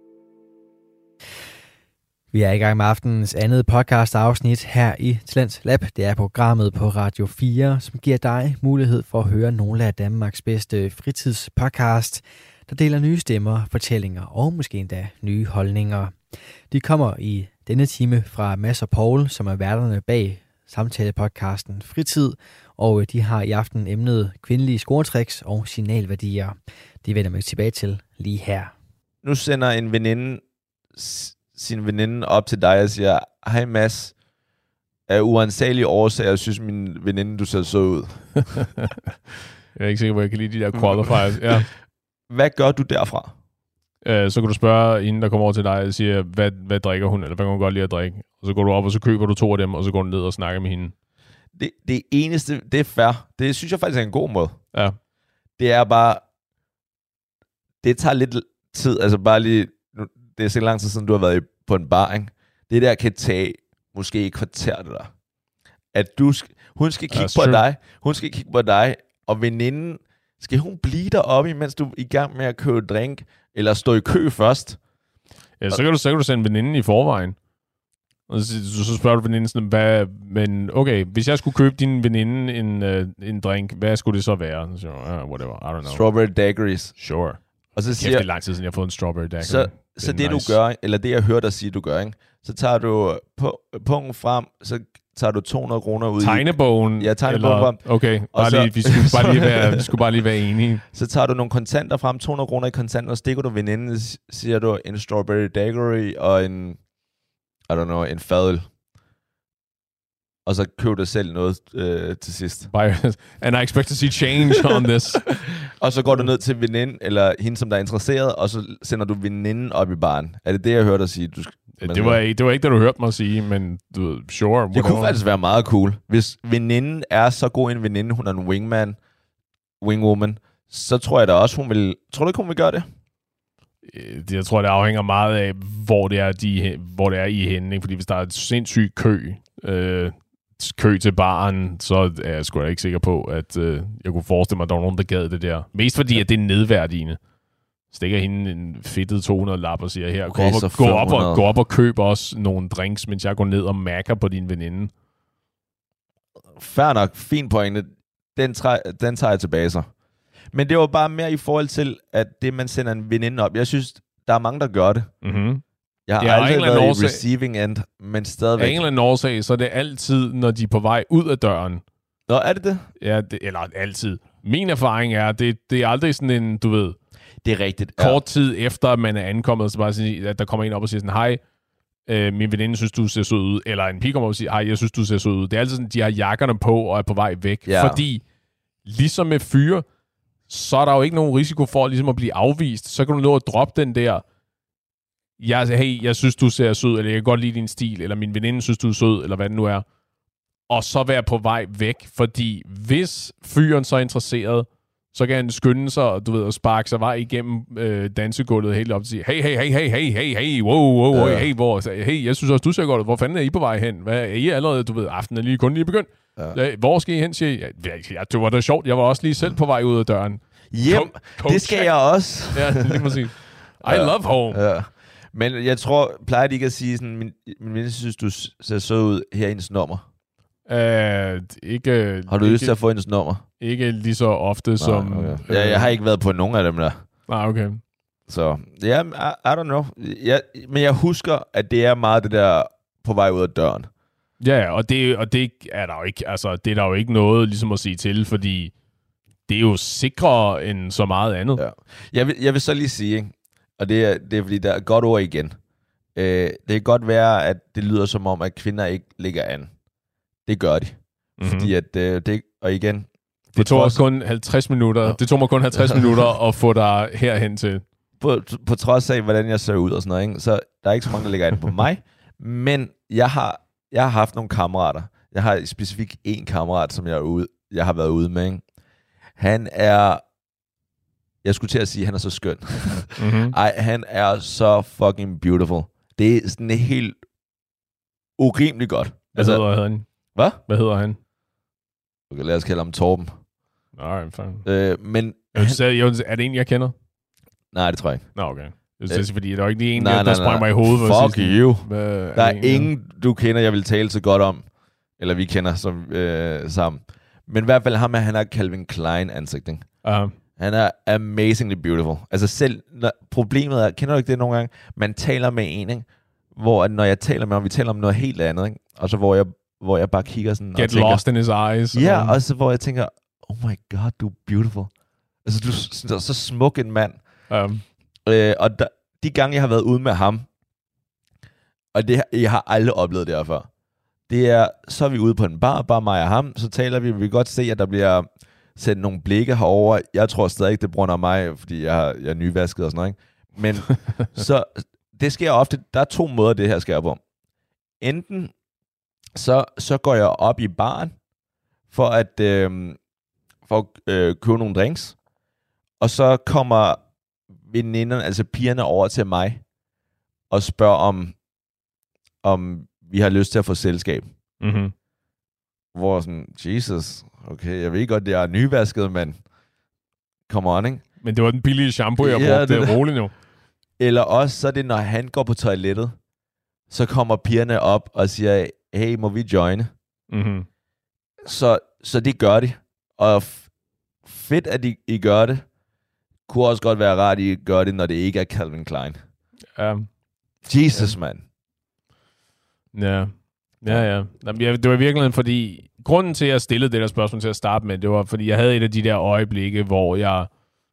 Vi er i gang med aftenens andet podcast-afsnit her i Talentlab. Det er programmet på Radio 4, som giver dig mulighed for at høre nogle af Danmarks bedste fritidspodcast, der deler nye stemmer, fortællinger og måske endda nye holdninger. De kommer i denne time fra Mads og Paul, som er værterne bag samtale-podcasten Fritid, og de har i aften emnet kvindelige scoretricks og signalværdier. Det vender vi tilbage til lige her. Nu sender en veninde sin veninde op til dig og siger, hej Mads, af uansagelige årsager, synes min veninde, du ser så ud. Jeg er ikke sikker på, at jeg kan lide de der qualifiers. Ja. Hvad gør du derfra? Så kan du spørge, inden der kommer over til dig, og siger, hvad drikker hun, eller hvad kan hun godt lide at drikke? Og så går du op, og så køber du 2 af dem, og så går du ned og snakker med hende. Det eneste, det er fair. Det synes jeg faktisk er en god måde. Ja. Det er bare, det tager lidt tid, altså bare lige, det er så lang tid siden, du har været på en bar, ikke? Det der kan tage måske et kvarter, det der. At hun skal kigge på dig, og veninden, skal hun blive deroppe, mens du er i gang med at købe drink, eller stå i kø først? Ja, så kan du sende veninden i forvejen. Og så spørger du veninden sådan, men okay, hvis jeg skulle købe din veninde en drink, hvad skulle det så være? Så, whatever, I don't know. Strawberry daiquiris. Sure. Og så siger, det er lang tid siden, jeg har fået en strawberry daiquiri. Så det nice. Du gør, eller det jeg hører dig sige, du gør, ikke? Så tager du pungen frem, så tager du 200 kroner ud tegnebogen? Ja, tegnebogen frem. Okay, vi skulle bare lige være enige. Så tager du nogle kontanter frem, 200 kroner i kontanter, og stikker du veninden, siger du en strawberry daiquiri og en fadøl. Og så køb dig selv noget til sidst. And I expect to see change on this. Og så går du ned til veninden, eller hende, som der er interesseret, og så sender du veninden op i baren. Er det jeg hørte dig sige? Det var ikke det, du hørte mig sige, men du ved, sure. Whatever. Det kunne faktisk være meget cool. Hvis veninden er så god en veninde, hun er en wingwoman, så tror jeg da også, hun vil... Tror du ikke, hun vil gøre det? Jeg tror, det afhænger meget af, hvor det er i hende. Ikke? Fordi hvis der er et sindssygt kø til baren, så er jeg sgu da ikke sikker på, at jeg kunne forestille mig, at der var nogen, der gad det der. Mest fordi, at det er nedværdigende. Stikker hende en fedtet 200 lap og siger, her, gå op og køb også nogle drinks, mens jeg går ned og makker på din veninde. Fair nok, fin pointe. Den tager jeg tilbage så. Men det var bare mere i forhold til, at det, man sender en veninde op. Jeg synes, der er mange, der gør det. Mm-hmm. Jeg har aldrig været i receiving end, men stadigvæk. Af en eller anden årsag, så er det altid, når de er på vej ud af døren. Nå, er det det? Ja, eller altid. Min erfaring er, det er aldrig sådan en, du ved... Det er rigtigt. Kort tid efter, man er ankommet, så bare sige, at der kommer en op og siger sådan, hej, min veninde synes, du ser sød ud. Eller en pige kommer op og siger, hej, jeg synes, du ser sød ud. Det er altid sådan, de har jakkerne på og er på vej væk. Ja. Fordi, ligesom med fyre, så er der jo ikke nogen risiko for ligesom at blive afvist. Så kan du nå at droppe den der, jeg synes, du ser sød, eller jeg kan godt lide din stil, eller min veninde synes, du er sød, eller hvad det nu er. Og så være på vej væk, fordi hvis fyren så er interesseret, så kan han skynde sig, og du ved, at sparke sig vej igennem dansegulvet helt op og sige, hey, wow, hey, jeg synes også, du ser godt ud. Hvor fanden er I på vej hen? Hvad er I allerede, du ved, aftenen er lige kun lige begyndt. Ja. Hvor skal I hen, siger I? Det var da sjovt, jeg var også lige selv på vej ud af døren. Det skal jeg også. Ja, lige præcis. I love home. Ja. Men jeg tror, plejer de ikke at sige sådan, min veninde synes, du ser sød ud, her ens nummer? Ikke. Har du lyst til at få hendes nummer? Ikke lige så ofte som... Okay. Jeg har ikke været på nogen af dem der. Nej, okay. Så, ja, I don't know. Men jeg husker, at det er meget det der på vej ud af døren. Ja, og det er der jo ikke, altså, det er der jo ikke noget ligesom at sige til, fordi det er jo sikrere end så meget andet. Ja. Jeg vil så lige sige, ikke? Og det er fordi, der er et godt ord igen. Det kan godt være, at det lyder som om, at kvinder ikke ligger an. Det gør de. Mm-hmm. Fordi at det, og igen... Det tog også kun 50 minutter. Ja. Det tog mig kun 50 minutter at få dig herhen til. På trods af, hvordan jeg ser ud og sådan noget, ikke? Så der er ikke så mange, der ligger an på mig. Men jeg har haft nogle kammerater. Jeg har specifikt en kammerat, som jeg har været ude med. Ikke? Han er... Jeg skulle til at sige, at han er så skøn. Mm-hmm. Ej, han er så fucking beautiful. Det er sådan helt urimeligt godt. Hvad hedder han? Hvad? Hvad hedder han? Okay, lad os kalde ham Torben. Nej, fine. Men... Er det en, jeg kender? Nej, det tror jeg ikke. Nå, okay. Det er fordi, der er ikke lige en, der sprang mig i hovedet. Fuck you. Der er ingen, du kender, jeg vil tale så godt om. Eller vi kender som, sammen. Men i hvert fald ham, han har Calvin Klein ansigt. Han er amazingly beautiful. Altså selv, problemet er, kender du ikke det nogle gange? Man taler med en, ikke? Hvor når jeg taler med ham, vi taler om noget helt andet, ikke? Og så hvor jeg hvor jeg bare kigger sådan Get og tænker, lost in his eyes. Ja, og så hvor jeg tænker, oh my god, du er beautiful. Altså, du er så smuk en mand. Og de gange, jeg har været ude med ham, og det, jeg har aldrig oplevet det her før, det er, så er vi ude på en bar, bare mig og ham, så taler vi kan godt se, at der bliver sendt nogle blikke herover. Jeg tror stadig ikke, det bruger mig, fordi jeg er nyvasket og sådan noget, ikke? Men så, det sker ofte, der er 2 måder, det her sker på. Enten, så går jeg op i baren, for at købe nogle drinks, og så kommer veninderne, altså pigerne, over til mig, og spørger om vi har lyst til at få selskab. Mm-hmm. Hvor sådan, Jesus, okay, jeg ved godt, det er nyvasket, men come on, ikke? Men det var den billige shampoo, jeg brugte, roligt nu. Eller også, så er det, når han går på toilettet, så kommer pigerne op og siger, hey, må vi joine? Mm-hmm. Så det gør de. Og fedt, at I gør det. Kunne også godt være rart, at I gør det, når det ikke er Calvin Klein. Jesus, mand. Ja. Det var virkelig, fordi grunden til, at jeg stillede det der spørgsmål til at starte med, det var, fordi jeg havde et af de der øjeblikke, hvor jeg,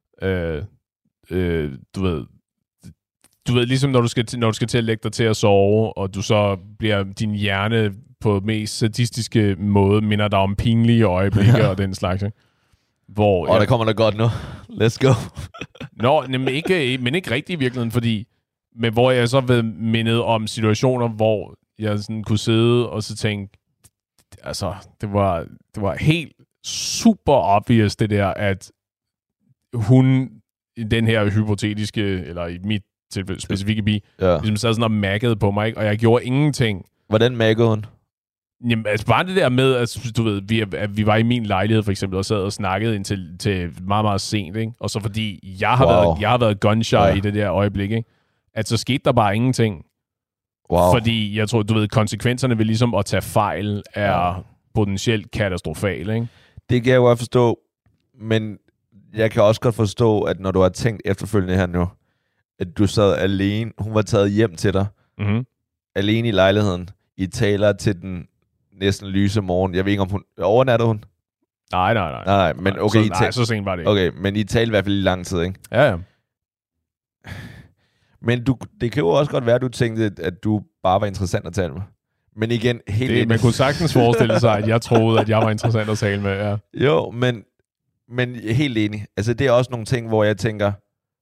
du ved, ligesom når du skal til at lægge dig til at sove, og du så bliver din hjerne på mest sadistiske måde, minder dig om pinlige øjeblikke og den slags. Hvor der kommer der godt nu. Let's go. men ikke rigtig i virkeligheden, fordi, men hvor jeg så ved mindet om situationer, hvor jeg sådan kunne sidde og så tænke, altså, det var helt super obvious det der, at hun i den her hypotetiske, eller i mit tilfælde specifikke bi, ligesom sad sådan og maggede på mig, ikke? Og jeg gjorde ingenting. Hvordan maggede hun? Jamen, altså bare det der med, at du ved, vi var i min lejlighed for eksempel, og sad og snakkede indtil til meget, meget sent, ikke? Og så fordi jeg har været gunshy i det der øjeblik, ikke? At så skete der bare ingenting. Wow. Fordi jeg tror, du ved, konsekvenserne ved ligesom at tage fejl er potentielt katastrofale, ikke? Det kan jeg jo godt forstå, men jeg kan også godt forstå, at når du har tænkt efterfølgende her nu, at du sad alene, hun var taget hjem til dig, alene i lejligheden, I taler til den næsten lyse morgen. Jeg ved ikke, om hun overnattede hun? Nej. Men okay, så sent var det ikke. Okay, men I talte i hvert fald i lang tid, ikke? Ja. Men det kan jo også godt være, at du tænkte, at du bare var interessant at tale med. Men igen, man kunne sagtens forestille sig, at jeg troede, at jeg var interessant at tale med, ja. Jo, men helt enig. Altså, det er også nogle ting, hvor jeg tænker,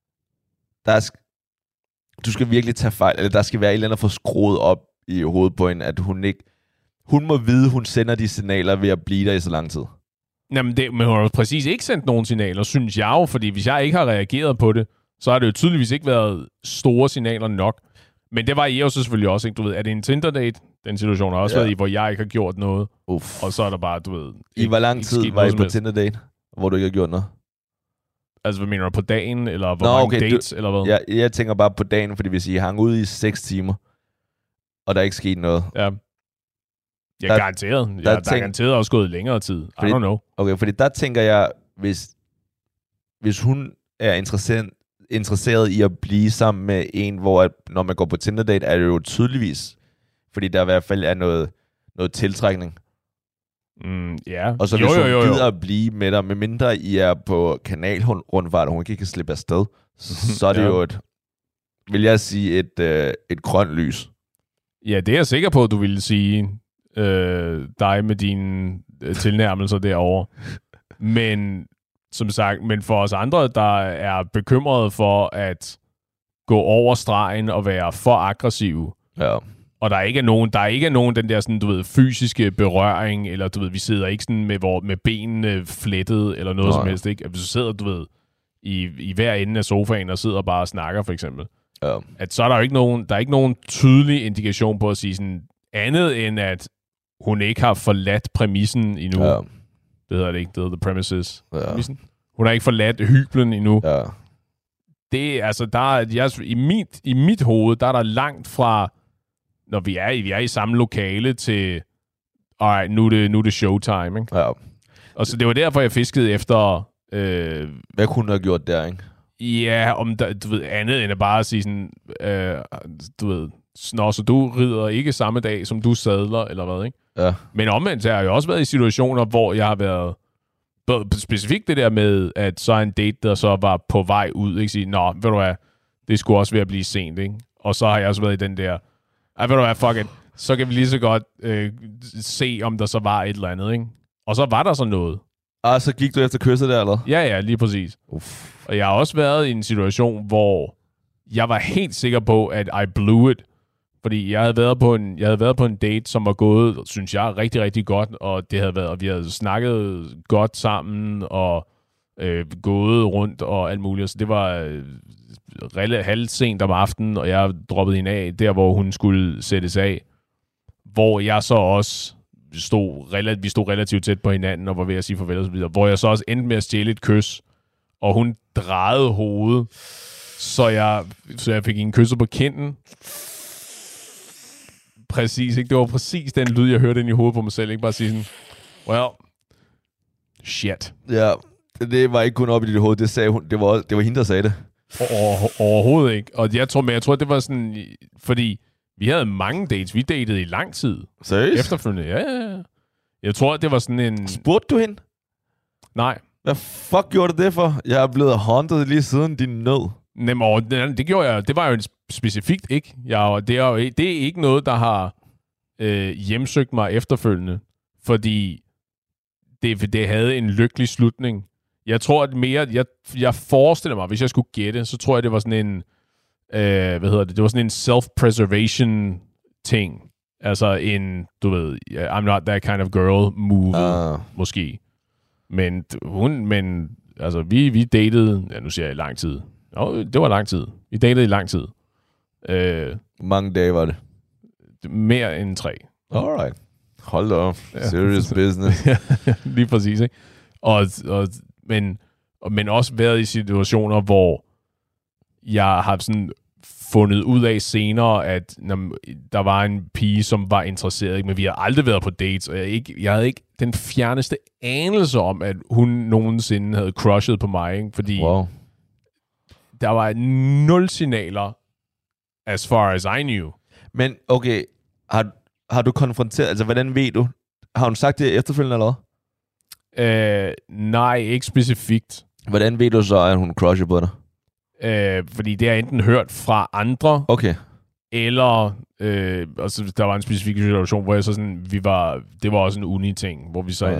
du skal virkelig tage fejl, eller der skal være et eller andet for skruet op i hovedet på hende, at hun må vide, hun sender de signaler ved at blive der i så lang tid. Jamen, men hun har præcis ikke sendt nogen signaler, synes jeg jo, fordi hvis jeg ikke har reageret på det, så har det jo tydeligvis ikke været store signaler nok. Men det var I jo så selvfølgelig også, ikke? Du ved, er det en Tinder-date? Den situation har også været i, hvor jeg ikke har gjort noget. Og så er der bare, du ved... I hvor lang tid var I på Tinder-date, hvor du ikke har gjort noget? Altså, hvad mener du, på dagen? Eller hvor mange dates, eller hvad? Ja, jeg tænker bare på dagen, fordi hvis I hang ud i 6 timer, og der ikke skete noget... Ja. Jeg er garanteret. Der er garanteret også gået længere tid. I don't know. Okay, fordi der tænker jeg, hvis hun er interesseret i at blive sammen med en, hvor når man går på Tinder-date, er det jo tydeligvis, fordi der i hvert fald er noget tiltrækning. Ja. Og så hvis hun gider at blive med dig, medmindre I er på kanalrundfart, og hun ikke kan slippe afsted, så er det jo vil jeg sige, et grønt lys. Ja, det er jeg sikker på, at du ville sige, dig med dine tilnærmelser derovre. Men som sagt, men for os andre, der er bekymrede for at gå over stregen og være for aggressive. Ja. Og der ikke er nogen den der sådan, du ved, fysiske berøring, eller du ved, vi sidder ikke sådan med benene flettet, eller noget som helst, ikke? At hvis du sidder, du ved, i hver ende af sofaen og sidder bare og snakker, for eksempel. Ja. At så er der jo ikke nogen tydelig indikation på at sige sådan, andet end at hun ikke har forladt præmissen endnu. Ja. Det hedder det ikke, det hedder the premises. Ja. Præmissen. Hun har ikke forladt hyblen endnu. Ja. Det, altså, i mit hoved, der er der langt fra, når vi er i samme lokale til, alright, nu er det showtime, ikke? Ja. Og så det var derfor, jeg fiskede efter... hvad kunne du have gjort der, ikke? Ja, om der, du ved, andet end at bare sige sådan, du ved, så du rider ikke samme dag, som du sadler, eller hvad, ikke? Ja. Men omvendt har jeg jo også været i situationer, hvor jeg har været specifikt det der med, at så er en date, der så var på vej ud, ikke? Sige, nå, ved du hvad, det skulle også ved at blive sent, ikke? Og så har jeg også været i den der, ved du hvad, fuck it, så kan vi lige så godt se, om der så var et eller andet, ikke? Og så var der så noget. Så gik du efter kysset der, eller? Ja, lige præcis. Og jeg har også været i en situation, hvor jeg var helt sikker på, at I blew it. Fordi jeg havde været på en date, som var gået, synes jeg, rigtig, rigtig godt, og det havde været, og vi havde snakket godt sammen, og gået rundt og alt muligt. Så det var halvt sent om aftenen, og jeg droppede hende af, der hvor hun skulle sættes af. Hvor jeg så også vi stod relativt tæt på hinanden, og var ved at sige farvel og så videre. Hvor jeg så også endte med at stjæle et kys, og hun drejede hovedet, så jeg fik en kysser på kinden. Præcis, ikke? Det var præcis den lyd, jeg hørte ind i hovedet på mig selv. Ikke bare sige sådan, well, shit. Ja, det var ikke kun op i dit hoved, det sagde hun. Det var hende, der sagde det. Overhovedet ikke. Og jeg tror, det var sådan, fordi vi havde mange dates. Vi datede i lang tid. Seriøst? Efterfølgende, ja. Jeg tror, det var sådan en... Spurgte du hende? Nej. Hvad fuck gjorde du det for? Jeg er blevet haunted lige siden din nød. Det gjorde jeg. Det var jo specifikt ikke. Det er ikke noget, der har hjemsøgt mig efterfølgende. Fordi det havde en lykkelig slutning. Jeg tror, at mere... Jeg forestiller mig, hvis jeg skulle gætte, så tror jeg, det var sådan en... det var sådan en self-preservation ting. Altså en, du ved, I'm not that kind of girl move, måske. Men altså, vi datede, nu siger jeg i lang tid. Det var lang tid. Vi datede i lang tid. Hvor mange dage var det? Mere end 3. Alright. Hold da op. Serious business. Lige præcis, ikke? Men også været i situationer, hvor jeg har sådan fundet ud af senere, at der var en pige, som var interesseret, men vi har aldrig været på dates, og jeg havde ikke den fjerneste anelse om, at hun nogensinde havde crushet på mig, ikke? Fordi der var 0 signaler, as far as I knew. Men okay, har du konfronteret, altså hvordan ved du? Har hun sagt det efterfølgende eller hvad? Nej, ikke specifikt. Hvordan ved du så, at hun crusher på dig? Fordi det har jeg enten hørt fra andre, okay, eller altså, der var en specifik situation, hvor jeg så sådan, det var også en uni-ting, hvor vi så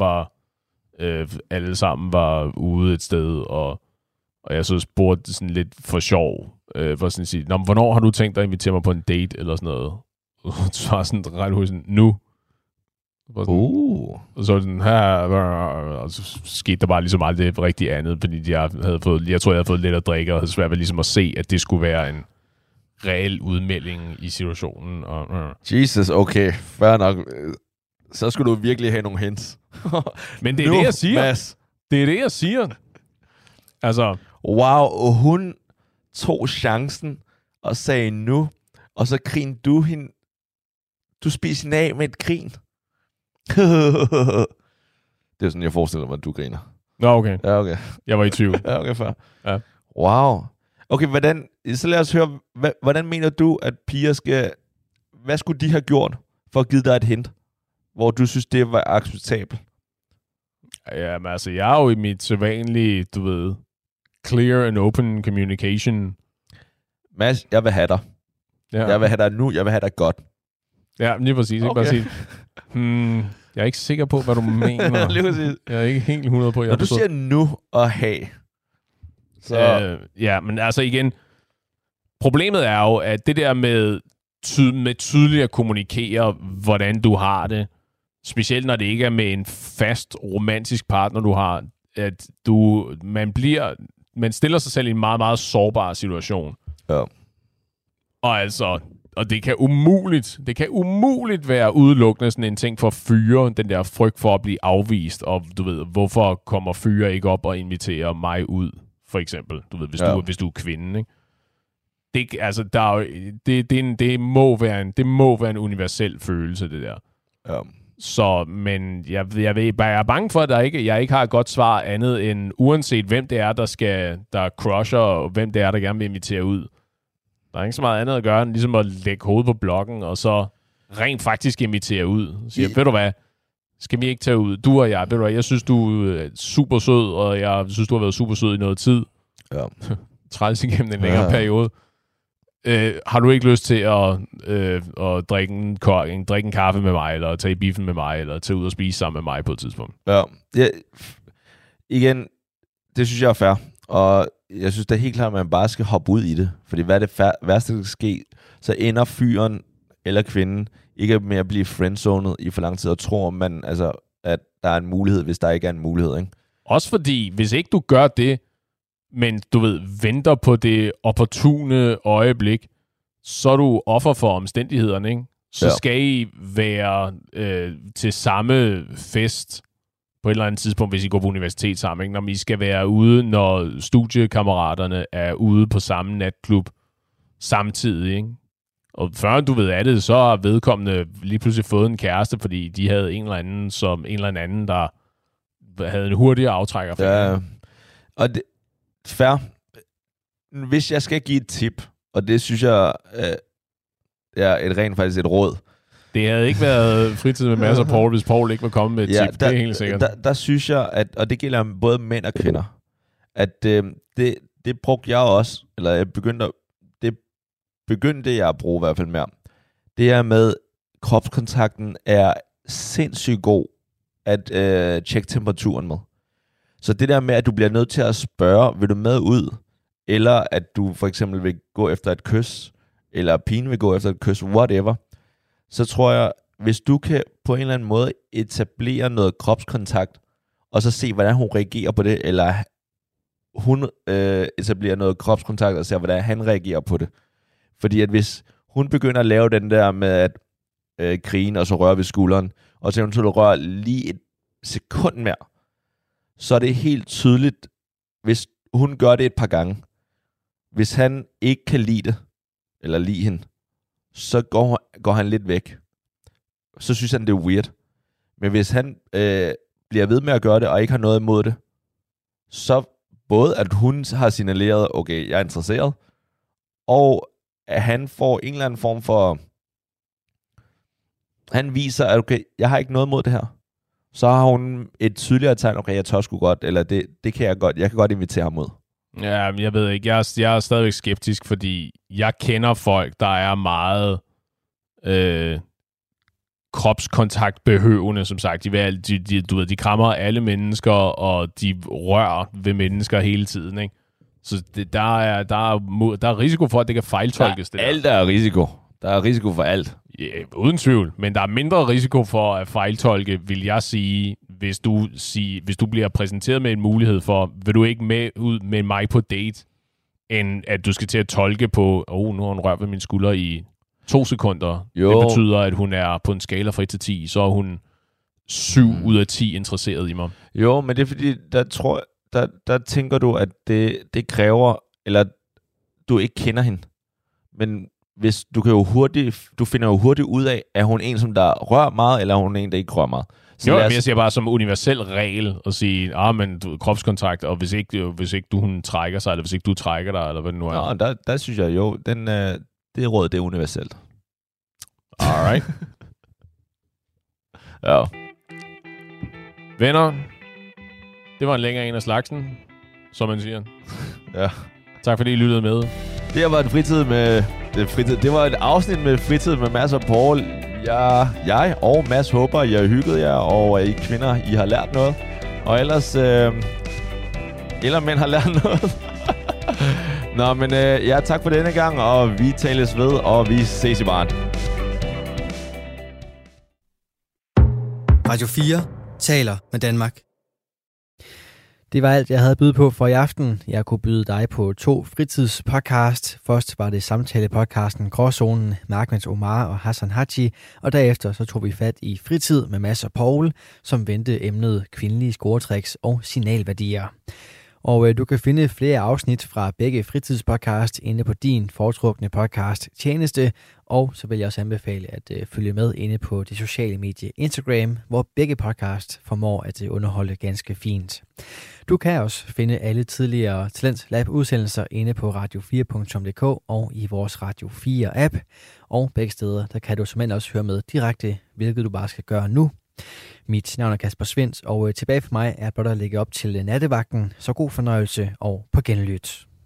alle sammen var ude et sted, og jeg så spurgte sådan lidt for sjov, for sådan at sige, hvornår har du tænkt dig at invitere mig på en date, eller sådan noget? Og så var sådan ret hurtigt sådan, nu. Og så sådan her, og så skete der bare ligesom aldrig rigtig andet, fordi jeg tror, jeg havde fået lidt at drikke, og havde svært ved ligesom at se, at det skulle være en reel udmelding i situationen. Jesus, okay, fair nok. Så skulle du virkelig have nogle hints. Men det er det, jeg siger. Mads. Det er det, jeg siger. Altså. Wow, hun tog chancen og sagde nu, og så grinede du hende. Du spiste hende af med et grin. Det er sådan, jeg forestiller mig, at du griner. Nå, okay. Ja, okay. Jeg var i tvivl. Ja, okay, fair. Ja. Wow. Okay, så lad os høre, hvordan mener du, at piger skal... Hvad skulle de have gjort for at give dig et hint, hvor du synes, det var acceptabelt? Jamen, altså, jeg er jo i mit sædvanlige, du ved, clear and open communication. Mads, jeg vil have dig. Ja. Jeg vil have dig nu, jeg vil have dig godt. Ja, lige præcis. Okay. Ikke bare sige, jeg er ikke sikker på, hvad du mener. Lige præcis. Jeg er ikke helt 100 på, når du siger nu og have, så... ja, men altså igen, problemet er jo, at det der med tydeligt at kommunikere, hvordan du har det, specielt når det ikke er med en fast romantisk partner, du har, at man stiller sig selv i en meget, meget sårbar situation. Ja. Og det kan umuligt være udelukkende sådan en ting for at fyre den der frygt for at blive afvist, og du ved, hvorfor kommer fyre ikke op og inviterer mig ud, for eksempel, du ved, hvis du er kvinde, ikke? Det må være en universel følelse, det der. Ja. Så, men jeg er bange for, at jeg ikke har et godt svar andet end, uanset hvem det er, der crusher, og hvem det er, der gerne vil invitere ud, Der er ikke så meget andet at gøre, end ligesom at lægge hovedet på blokken, og så rent faktisk invitere ud. Siger, ved du hvad, skal vi ikke tage ud? Du og jeg, ved du hvad, jeg synes, du er super sød, og jeg synes, du har været super sød i noget tid. Ja. Træls igennem en længere periode. Har du ikke lyst til at drikke en kaffe med mig, eller tage i biffen med mig, eller tage ud og spise sammen med mig på et tidspunkt? Ja. Igen, det synes jeg er fair. Og jeg synes, det er helt klart, at man bare skal hoppe ud i det. Fordi hvad er det værste, der kan ske? Så ender fyren eller kvinden ikke med at blive friendzonet i for lang tid, og tror man, altså, at der er en mulighed, hvis der ikke er en mulighed. Ikke? Også fordi, hvis ikke du gør det, men du ved, venter på det opportune øjeblik, så er du offer for omstændighederne, ikke? Så skal I være til samme fest på et eller andet tidspunkt, hvis I går på universitet sammen, ikke? Når I skal være ude, når studiekammeraterne er ude på samme natklub samtidig, ikke? Og før du ved af det, så har vedkommende lige pludselig fået en kæreste, fordi de havde en eller anden, der havde en hurtigere aftrækker for dem. Og det fair. Hvis jeg skal give et tip, og det synes jeg er rent faktisk et råd. Det havde ikke været fritid med Mads og Paul, hvis Paul ikke var kommet med et tip. Det er helt sikkert. Der synes jeg, og det gælder både mænd og kvinder, at det brugte jeg også, eller jeg begyndte jeg at bruge i hvert fald mere. Det er med, kropskontakten er sindssygt god at tjekke temperaturen med. Så det der med, at du bliver nødt til at spørge, vil du med ud? Eller at du for eksempel vil gå efter et kys, eller pigen vil gå efter et kys, whatever. Så tror jeg, hvis du kan på en eller anden måde etablere noget kropskontakt, og så se, hvordan hun reagerer på det, eller hun etablerer noget kropskontakt, og ser, hvordan han reagerer på det. Fordi at hvis hun begynder at lave den der med at grine, og så røre ved skulderen, og så eventuelt røre lige et sekund mere, så er det helt tydeligt, hvis hun gør det et par gange. Hvis han ikke kan lide det, eller lide hende, så går han lidt væk. Så synes han, det er weird. Men hvis han bliver ved med at gøre det, og ikke har noget imod det, så både at hun har signaleret, okay, jeg er interesseret, og at han får en eller anden form for... Han viser, at okay, jeg har ikke noget imod det her. Så har hun et tydeligere tegn, okay, jeg tør sgu godt, eller det kan jeg godt, jeg kan godt invitere ham ud. Ja, jeg ved ikke, jeg er stadigvæk skeptisk, fordi jeg kender folk, der er meget kropskontaktbehøvende, som sagt. De krammer alle mennesker, og de rører ved mennesker hele tiden, ikke? Så der er risiko for, at det kan fejltolkes. Alt er risiko. Der er risiko for alt. Ja, uden tvivl, men der er mindre risiko for at fejltolke, vil jeg sige, hvis du bliver præsenteret med en mulighed for, vil du ikke med ud med mig på date, end at du skal til at tolke på, nu har hun rørt ved min skulder i 2 sekunder. Jo. Det betyder, at hun er på en skala fra 1 til 10, så er hun 7 ud af 10 interesseret i mig. Jo, men det er fordi, der tænker du, at det kræver, eller du ikke kender hende. Men hvis du finder jo hurtigt ud af, er hun en, som der rører meget, eller er hun en, der ikke rører meget. Så jeg siger bare som universel regel at sige, men kropskontakt, og hvis ikke hun trækker sig, eller hvis ikke du trækker dig, eller hvad det nu er. Nå, der synes jeg jo, det råd, det er universelt. Alright. Ja. Venner, det var en længere en af slagsen, som man siger. Ja. Tak fordi I lyttede med. Det var det var et afsnit med fritid med Mads og Paul. Jeg og Mads håber, I har hygget jer, og I kvinder, I har lært noget. Og ellers, eller mænd har lært noget. Nå, men tak for denne gang, og vi tales ved, og vi ses i baren. Radio 4 taler med Danmark. Det var alt, jeg havde at byde på for i aften. Jeg kunne byde dig på 2 fritidspodcast. Først var det samtalepodcasten Gråzonen med Ahmed Omar og Hassan Haji, og derefter så tog vi fat i Fritid med Mads og Paul, som vendte emnet kvindelige scoretricks og signalværdier. Og du kan finde flere afsnit fra begge fritidspodcast inde på din foretrukne podcast tjeneste, og så vil jeg også anbefale at følge med inde på det sociale medie Instagram, hvor begge podcast formår at underholde ganske fint. Du kan også finde alle tidligere Talent Lab udsendelser inde på radio4.dk og i vores Radio 4 app, og begge steder der kan du simpelthen også høre med direkte, hvilket du bare skal gøre nu. Mit navn er Kasper Svendt, og tilbage for mig er blot at lægge op til nattevagten, så god fornøjelse og på genlyt.